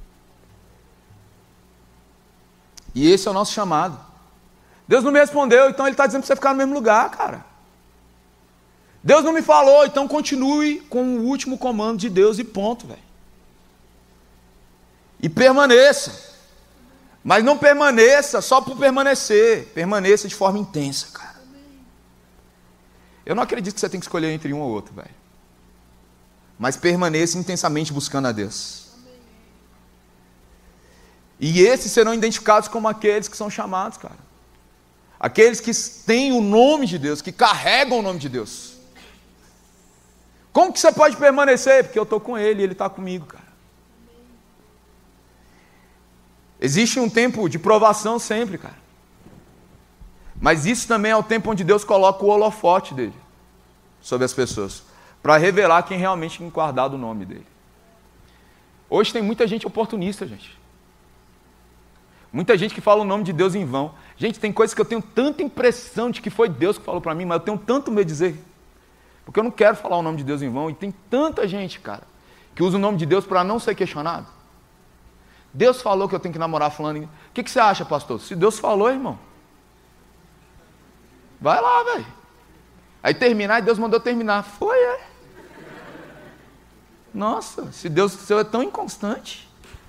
E esse é o nosso chamado. Deus não me respondeu, então ele está dizendo para você ficar no mesmo lugar, cara. Deus não me falou, então continue com o último comando de Deus e ponto, velho. E permaneça. Mas não permaneça só por permanecer. Permaneça de forma intensa, cara. Eu não acredito que você tem que escolher entre um ou outro, velho. Mas permaneça intensamente buscando a Deus. E esses serão identificados como aqueles que são chamados, cara. Aqueles que têm o nome de Deus, que carregam o nome de Deus. Como que você pode permanecer? Porque eu estou com Ele e Ele está comigo, cara. Existe um tempo de provação sempre, cara. Mas isso também é o tempo onde Deus coloca o holofote dele sobre as pessoas, para revelar quem realmente tem guardado o nome dele. Hoje tem muita gente oportunista, gente. Muita gente que fala o nome de Deus em vão. Gente, tem coisas que eu tenho tanta impressão de que foi Deus que falou para mim, mas eu tenho tanto medo de dizer, porque eu não quero falar o nome de Deus em vão. E tem tanta gente, cara, que usa o nome de Deus para não ser questionado. Deus falou que eu tenho que namorar fulano. O que você acha, pastor? Se Deus falou, irmão, vai lá, velho. Aí terminar, e Deus mandou terminar. Foi, é. Nossa, se Deus seu é tão inconstante.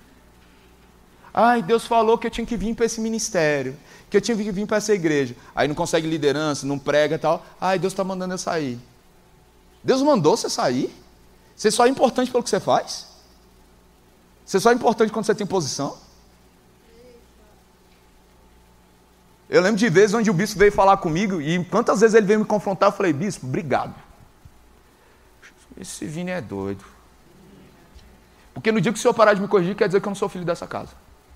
Ai, Deus falou que eu tinha que vir para esse ministério, que eu tinha que vir para essa igreja. Aí não consegue liderança, não prega e tal. Ai, Deus está mandando eu sair. Deus mandou você sair? Você só é importante pelo que você faz? Você só é importante quando você tem posição? Eu lembro de vezes onde o bispo veio falar comigo, e quantas vezes ele veio me confrontar, eu falei, bispo, obrigado. Esse Vini é doido. Porque no dia que o senhor parar de me corrigir, quer dizer que eu não sou filho dessa casa.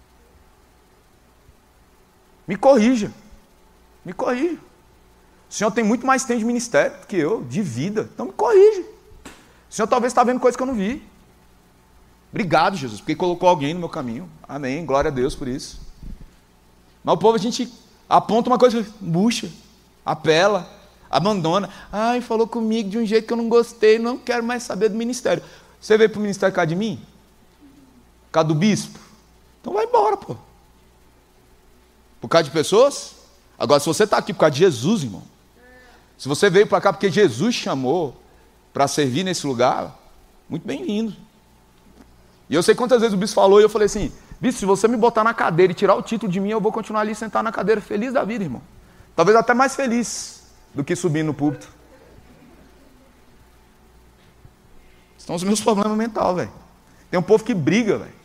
Me corrija. Me corrija. O senhor tem muito mais tempo de ministério do que eu, de vida. Então me corrija. O senhor talvez está vendo coisas que eu não vi. Obrigado, Jesus, porque colocou alguém no meu caminho. Amém, glória a Deus por isso. Mas o povo, a gente aponta uma coisa, murcha, apela, abandona. Ai, falou comigo de um jeito que eu não gostei, não quero mais saber do ministério. Você veio para o ministério por causa de mim? Por causa do bispo? Então vai embora, pô. Por causa de pessoas? Agora, se você está aqui por causa de Jesus, irmão, se você veio para cá porque Jesus chamou para servir nesse lugar, muito bem-vindo. E eu sei quantas vezes o bispo falou, e eu falei assim, bispo, se você me botar na cadeira e tirar o título de mim, eu vou continuar ali sentado na cadeira, feliz da vida, irmão. Talvez até mais feliz do que subir no púlpito. São os meus problemas mentais, velho. Tem um povo que briga, velho.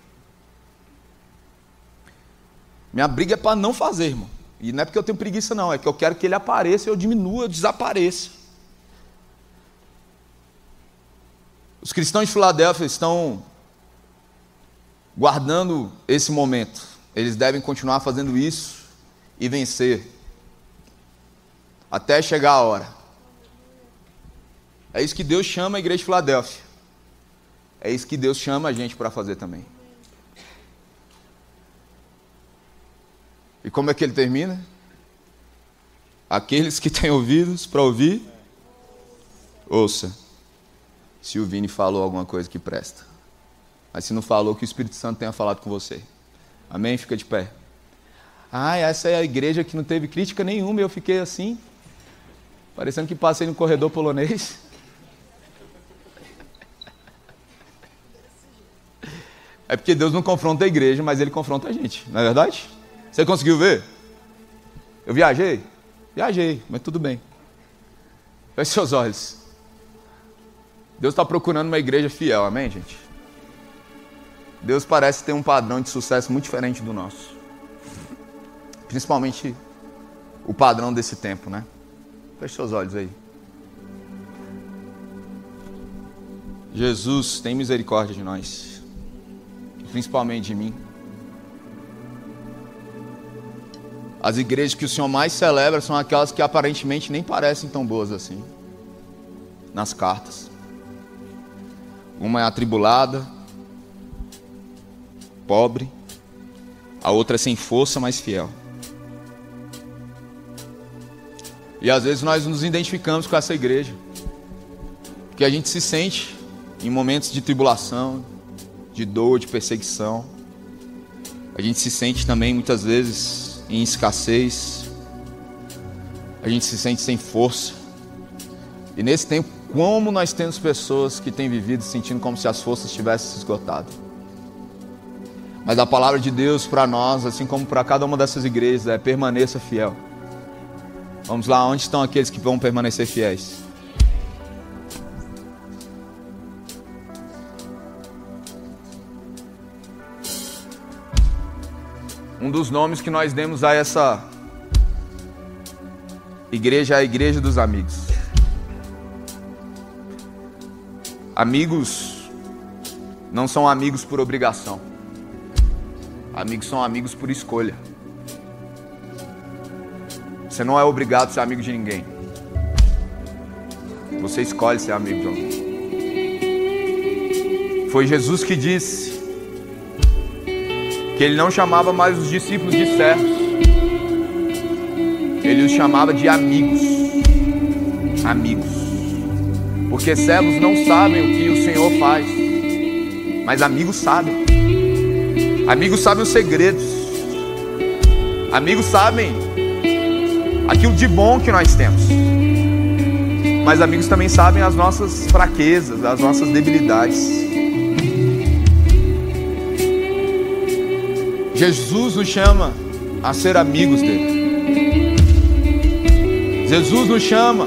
Minha briga é para não fazer, irmão. E não é porque eu tenho preguiça, não. É que eu quero que ele apareça, eu diminua, eu desapareça. Os cristãos de Filadélfia estão guardando esse momento. eles devem continuar fazendo isso e vencer até chegar a hora. É isso que Deus chama a igreja de Filadélfia. É isso que Deus chama a gente para fazer também. E como é que ele termina? Aqueles que têm ouvidos para ouvir, ouça. Se o Vini falou alguma coisa que presta. Mas se não falou, que o Espírito Santo tenha falado com você. Amém? Fica de pé. Essa é a igreja que não teve crítica nenhuma. Eu fiquei assim, parecendo que passei no corredor polonês. É porque Deus não confronta a igreja, mas Ele confronta a gente. Não é verdade? Você conseguiu ver? Eu viajei? Viajei, mas tudo bem. Feche seus olhos. Deus está procurando uma igreja fiel, amém, gente? Deus parece ter um padrão de sucesso muito diferente do nosso. Principalmente o padrão desse tempo, né? Feche seus olhos aí. Jesus, tem misericórdia de nós. Principalmente de mim. As igrejas que o Senhor mais celebra são aquelas que aparentemente nem parecem tão boas assim. Nas cartas. Uma é atribulada, pobre. A outra é sem força, mas fiel. E às vezes nós nos identificamos com essa igreja. Porque a gente se sente em momentos de tribulação, de dor, de perseguição. A gente se sente também muitas vezes em escassez. A gente se sente sem força. E nesse tempo, como nós temos pessoas que têm vivido sentindo como se as forças tivessem se esgotado. Mas a palavra de Deus para nós, assim como para cada uma dessas igrejas, é: permaneça fiel. Vamos lá, onde estão aqueles que vão permanecer fiéis? Um dos nomes que nós demos a essa igreja é a Igreja dos Amigos. Amigos não são amigos por obrigação. Amigos são amigos por escolha. Você não é obrigado a ser amigo de ninguém. Você escolhe ser amigo de alguém. Foi Jesus que disse que Ele não chamava mais os discípulos de servos. Ele os chamava de amigos. Amigos. Porque servos não sabem o que o Senhor faz, mas amigos sabem. Amigos sabem os segredos. Amigos sabem aquilo de bom que nós temos. Mas amigos também sabem as nossas fraquezas, as nossas debilidades. Jesus nos chama a ser amigos dele. Jesus nos chama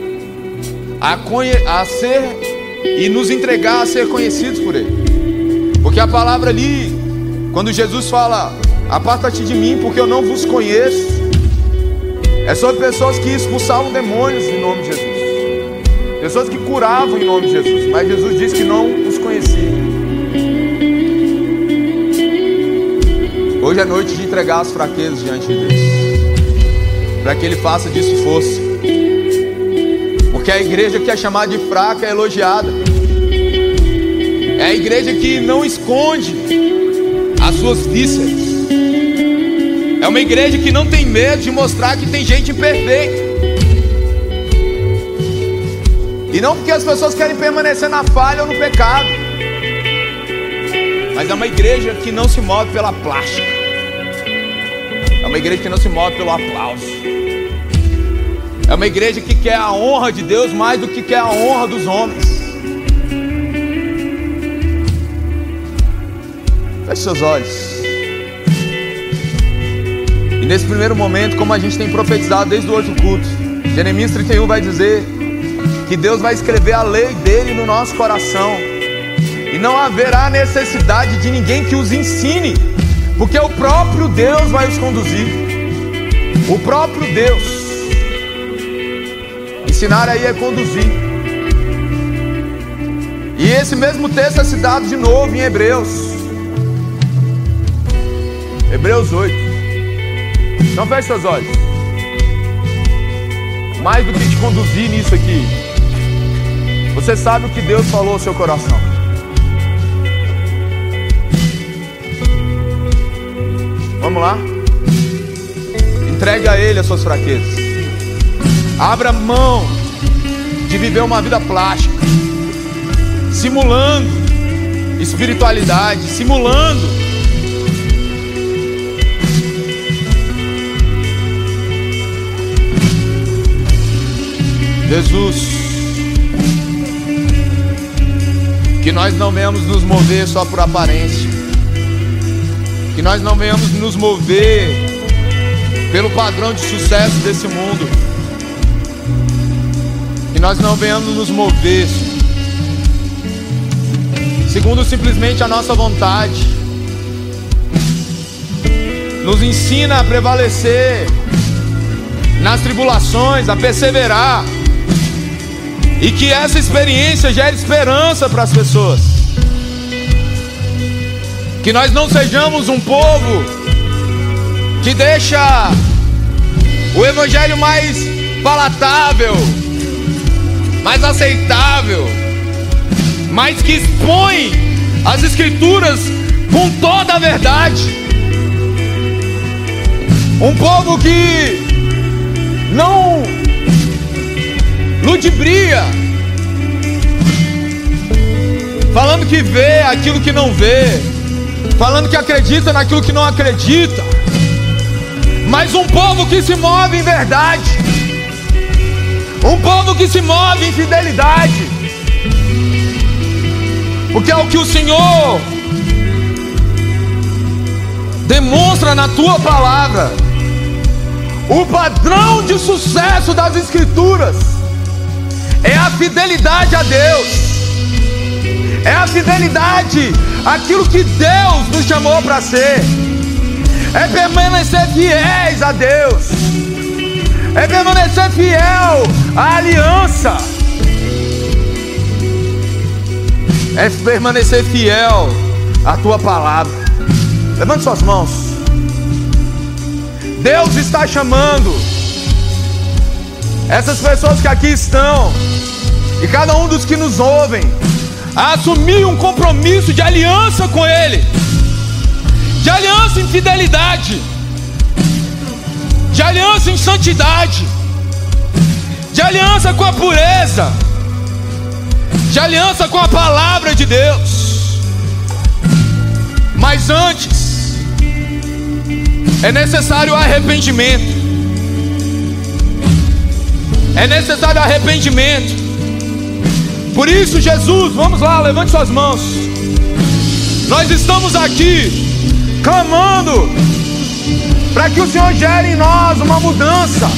a ser e nos entregar a ser conhecidos por Ele. Porque a palavra ali, quando Jesus fala: aparta-te de mim porque eu não vos conheço, é sobre pessoas que expulsavam demônios em nome de Jesus. Pessoas que curavam em nome de Jesus. Mas Jesus disse que não os conhecia. Hoje é noite de entregar as fraquezas diante de Deus, para que Ele faça disso força. Porque a igreja que é chamada de fraca é elogiada. É a igreja que não esconde as suas vísceras. É uma igreja que não tem medo de mostrar que tem gente imperfeita. E não porque as pessoas querem permanecer na falha ou no pecado, mas é uma igreja que não se move pela plástica. É uma igreja que não se move pelo aplauso. É uma igreja que quer a honra de Deus mais do que quer a honra dos homens. Feche seus olhos. E nesse primeiro momento, como a gente tem profetizado desde o outro culto, Jeremias 31 vai dizer que Deus vai escrever a lei dele no nosso coração. E não haverá necessidade de ninguém que os ensine, porque o próprio Deus vai os conduzir. O próprio Deus. Ensinar aí é conduzir. E esse mesmo texto é citado de novo em Hebreus. Hebreus 8. Então feche seus olhos. Mais do que te conduzir nisso aqui, você sabe o que Deus falou ao seu coração. Vamos lá? Entregue a Ele as suas fraquezas. Abra mão de viver uma vida plástica, simulando espiritualidade, simulando Jesus. Que nós não venhamos nos mover só por aparência, que nós não venhamos nos mover pelo padrão de sucesso desse mundo, que nós não venhamos nos mover segundo simplesmente a nossa vontade. Nos ensina a prevalecer nas tribulações, a perseverar, e que essa experiência gere esperança para as pessoas. Que nós não sejamos um povo que deixa o evangelho mais palatável, mais aceitável, mas que expõe as escrituras com toda a verdade. Um povo que não ludibria, falando que vê aquilo que não vê, falando que acredita naquilo que não acredita, mas um povo que se move em verdade, um povo que se move em fidelidade, porque é o que o Senhor demonstra na tua palavra. O padrão de sucesso das Escrituras é a fidelidade a Deus, é a fidelidade àquilo que Deus nos chamou para ser, é permanecer fiéis a Deus, é permanecer fiel à aliança, é permanecer fiel à tua palavra. Levante suas mãos. Deus está chamando essas pessoas que aqui estão, e cada um dos que nos ouvem, a assumir um compromisso de aliança com Ele, de aliança em fidelidade, de aliança em santidade, de aliança com a pureza, de aliança com a palavra de Deus. Mas antes é necessário arrependimento. É necessário arrependimento. Por isso, Jesus, vamos lá, levante suas mãos. Nós estamos aqui clamando para que o Senhor gere em nós uma mudança,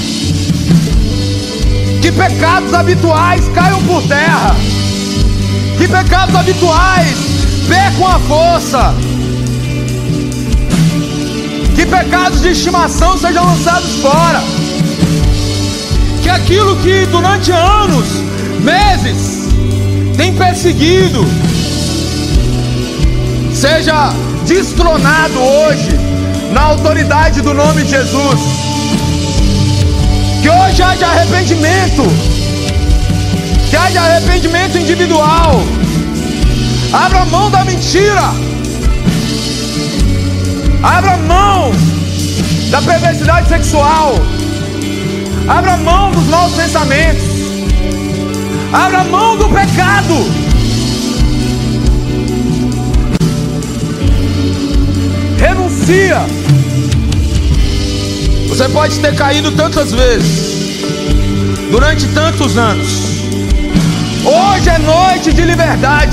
que pecados habituais caiam por terra, que pecados habituais percam a força, que pecados de estimação sejam lançados fora, que aquilo que durante anos, meses, tem perseguido, seja destronado hoje, na autoridade do nome de Jesus. Que hoje haja arrependimento, que haja arrependimento individual. Abra mão da mentira, abra mão da perversidade sexual, abra mão dos maus pensamentos, abra mão do pecado. Renuncia. Você pode ter caído tantas vezes, durante tantos anos. Hoje é noite de liberdade.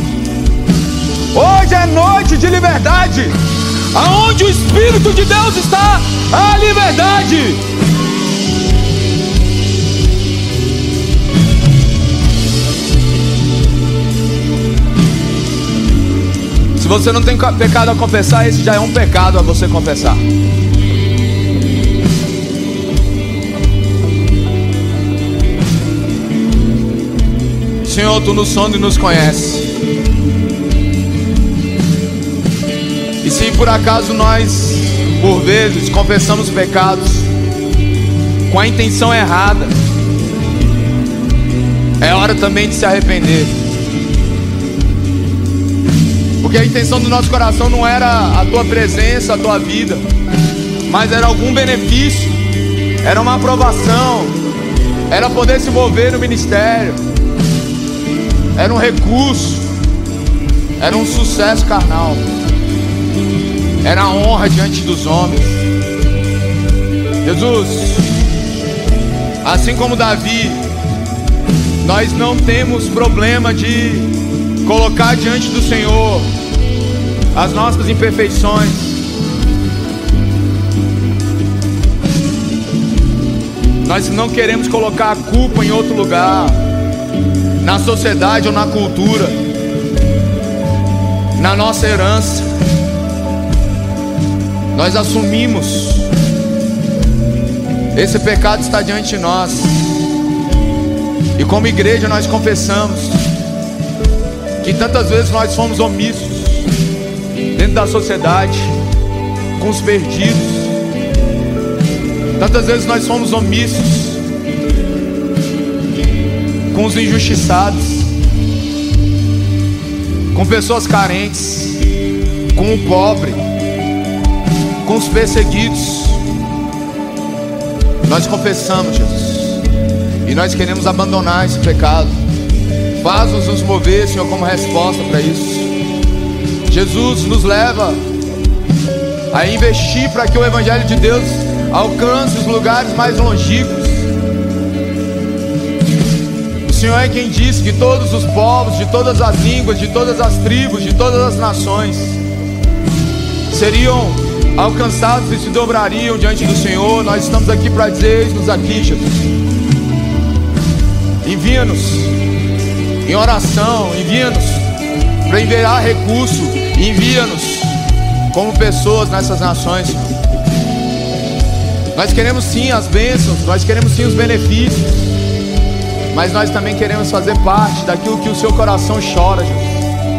Hoje é noite de liberdade. Aonde o Espírito de Deus está, há liberdade. Se você não tem pecado a confessar, esse já é um pecado a você confessar. Senhor, Tu nos sonda e nos conhece. E se por acaso nós, por vezes, confessamos pecados com a intenção errada, é hora também de se arrepender. Porque a intenção do nosso coração não era a tua presença, a tua vida, mas era algum benefício, era uma aprovação, era poder se mover no ministério, era um recurso, era um sucesso carnal, era a honra diante dos homens. Jesus, assim como Davi, nós não temos problema de colocar diante do Senhor as nossas imperfeições. Nós não queremos colocar a culpa em outro lugar, na sociedade ou na cultura, na nossa herança. Nós assumimos, esse pecado está diante de nós, e como igreja nós confessamos que tantas vezes nós fomos omissos dentro da sociedade, com os perdidos. Tantas vezes nós fomos omissos com os injustiçados, com pessoas carentes, com o pobre, com os perseguidos. Nós confessamos, Jesus, e nós queremos abandonar esse pecado. Faz-nos nos mover, Senhor, como resposta para isso. Jesus nos leva a investir para que o Evangelho de Deus alcance os lugares mais longínquos. O Senhor é quem disse que todos os povos, de todas as línguas, de todas as tribos, de todas as nações seriam alcançados e se dobrariam diante do Senhor. Nós estamos aqui para dizer: eis-nos aqui, Jesus. Envia-nos em oração, envia-nos para enviar recurso, envia-nos como pessoas nessas nações, Senhor. Nós queremos sim as bênçãos, nós queremos sim os benefícios, mas nós também queremos fazer parte daquilo que o seu coração chora, Jesus.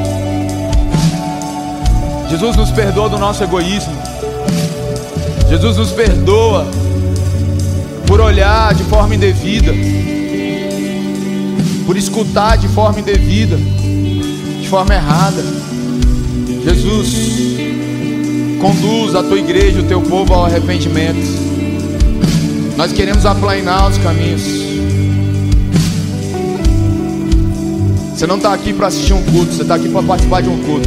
Jesus, nos perdoa do nosso egoísmo. Jesus, nos perdoa por olhar de forma indevida, por escutar de forma indevida, de forma errada. Jesus, conduz a tua igreja, o teu povo ao arrependimento. Nós queremos aplainar os caminhos. Você não está aqui para assistir um culto, você está aqui para participar de um culto.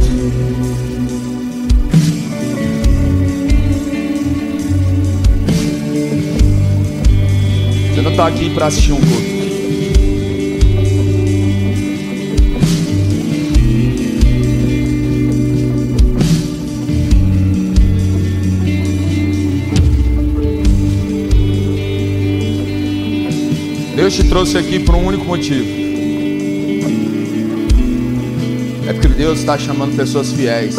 Você não está aqui para assistir um culto. Deus te trouxe aqui por um único motivo. É porque Deus está chamando pessoas fiéis,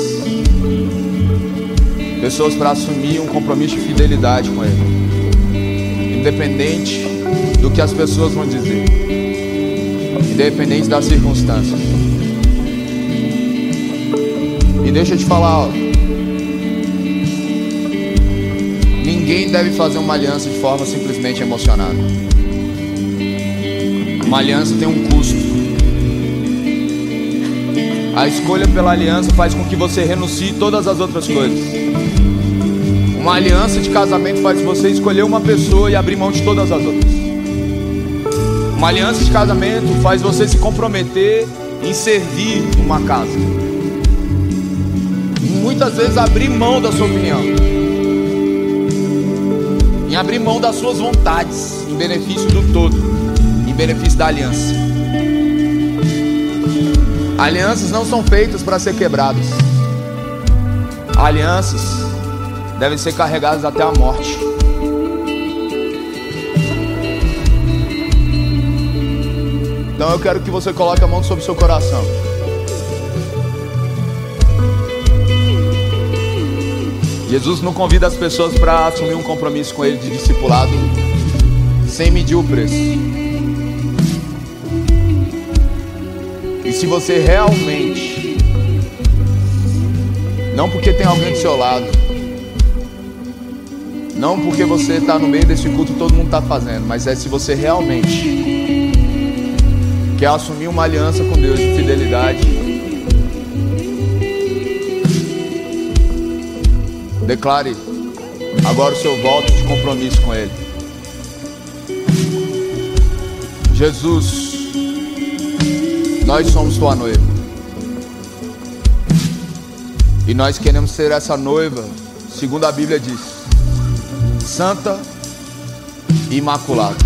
pessoas para assumir um compromisso de fidelidade com Ele, independente do que as pessoas vão dizer, independente das circunstâncias. E deixa eu te falar, ó, ninguém deve fazer uma aliança de forma simplesmente emocionada. Uma aliança tem um custo. A escolha pela aliança faz com que você renuncie todas as outras coisas. Uma aliança de casamento faz você escolher uma pessoa e abrir mão de todas as outras. Uma aliança de casamento faz você se comprometer em servir uma casa. E muitas vezes abrir mão da sua opinião, em abrir mão das suas vontades, em benefício do todo, em benefício da aliança. Alianças não são feitas para ser quebradas. Alianças devem ser carregadas até a morte. Então eu quero que você coloque a mão sobre o seu coração. Jesus não convida as pessoas para assumir um compromisso com Ele de discipulado sem medir o preço. E se você realmente Não porque tem alguém do seu lado. Não porque você está no meio desse culto e todo mundo está fazendo. Mas é se você realmente quer assumir uma aliança com Deus de fidelidade. Declare agora o seu voto de compromisso com Ele. Jesus, nós somos tua noiva. E nós queremos ser essa noiva, segundo a Bíblia diz, santa e imaculada.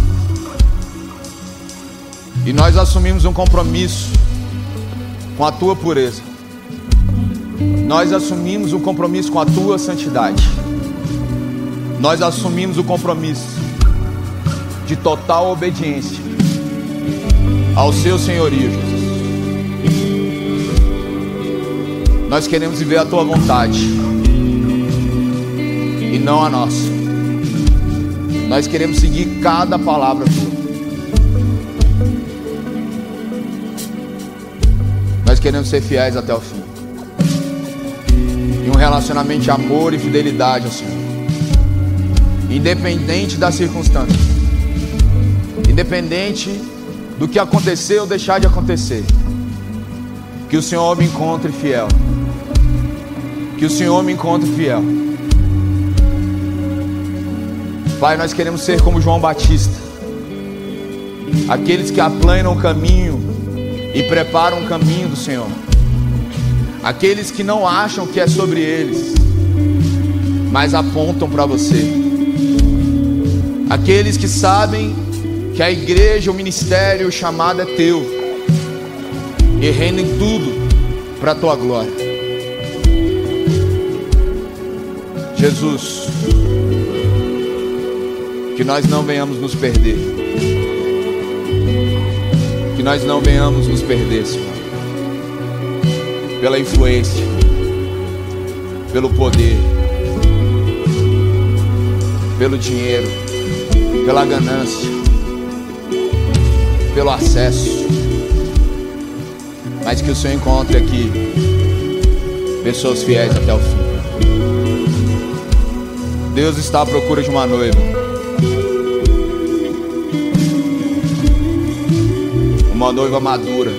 E nós assumimos um compromisso com a tua pureza. Nós assumimos um compromisso com a tua santidade. Nós assumimos o compromisso de total obediência ao seu senhorio, Jesus. Nós queremos viver a tua vontade e não a nossa. Nós queremos seguir cada palavra tua. Nós queremos ser fiéis até o fim. E um relacionamento de amor e fidelidade ao Senhor. Independente das circunstâncias. Independente do que acontecer ou deixar de acontecer. Que o Senhor me encontre fiel. Que o Senhor me encontre fiel. Pai, nós queremos ser como João Batista. Aqueles que aplanam o caminho e preparam o caminho do Senhor. Aqueles que não acham que é sobre eles, mas apontam para você. Aqueles que sabem que a igreja, o ministério, o chamado é teu, e rendem tudo para a tua glória. Jesus, que nós não venhamos nos perder. Que nós não venhamos nos perder, Senhor, pela influência, pelo poder, pelo dinheiro, pela ganância, pelo acesso. Mas que o Senhor encontre aqui pessoas fiéis até o fim. Deus está à procura de uma noiva. Uma noiva madura.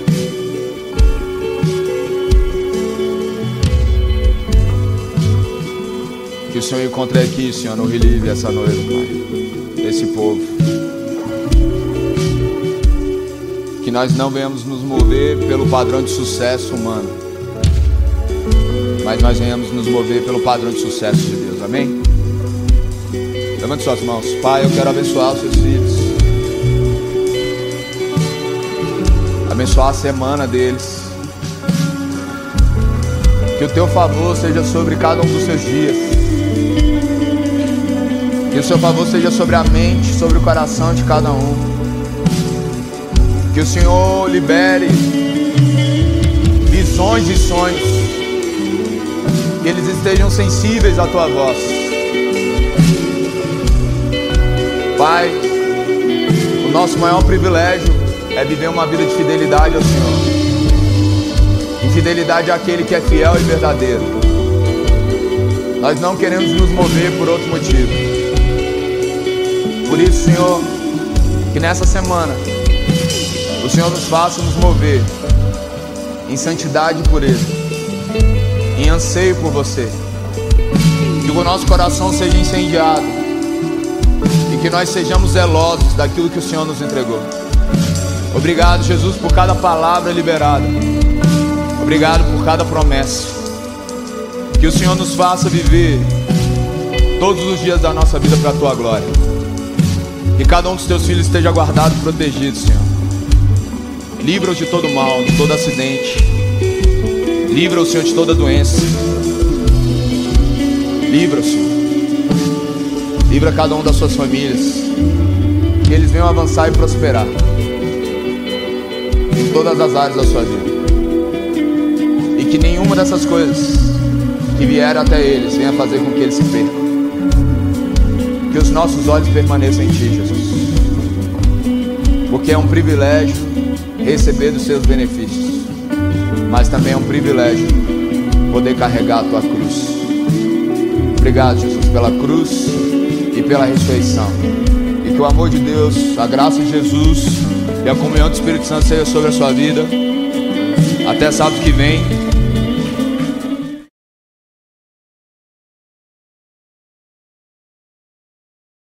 Que o Senhor encontre aqui, Senhor, no relieve essa noiva, Pai, esse povo. Que nós não venhamos nos mover pelo padrão de sucesso humano, mas nós venhamos nos mover pelo padrão de sucesso de Deus, amém? Levante suas mãos. Pai, eu quero abençoar os seus filhos, abençoar a semana deles. Que o teu favor seja sobre cada um dos seus dias. Que o seu favor seja sobre a mente, sobre o coração de cada um. Que o Senhor libere visões e sonhos. Que eles estejam sensíveis à tua voz. Pai, o nosso maior privilégio é viver uma vida de fidelidade ao Senhor. E fidelidade àquele que é fiel e verdadeiro. Nós não queremos nos mover por outro motivo. Por isso, Senhor, que nessa semana o Senhor nos faça nos mover em santidade e pureza, em anseio por você. Que o nosso coração seja incendiado e que nós sejamos zelosos daquilo que o Senhor nos entregou. Obrigado, Jesus, por cada palavra liberada. Obrigado por cada promessa. Que o Senhor nos faça viver todos os dias da nossa vida para a tua glória. Que cada um dos teus filhos esteja guardado e protegido, Senhor. Livra-os de todo mal, de todo acidente. Livra-os, Senhor, de toda doença. Livra-os, Senhor. Livra cada um das suas famílias. Que eles venham avançar e prosperar em todas as áreas da sua vida. E que nenhuma dessas coisas que vieram até eles venha fazer com que eles se percam. Que os nossos olhos permaneçam em Ti, Jesus. Porque é um privilégio receber dos seus benefícios, mas também é um privilégio poder carregar a tua cruz. Obrigado, Jesus, pela cruz e pela ressurreição. E que o amor de Deus, a graça de Jesus e a comunhão do Espírito Santo seja sobre a sua vida. Até sábado que vem.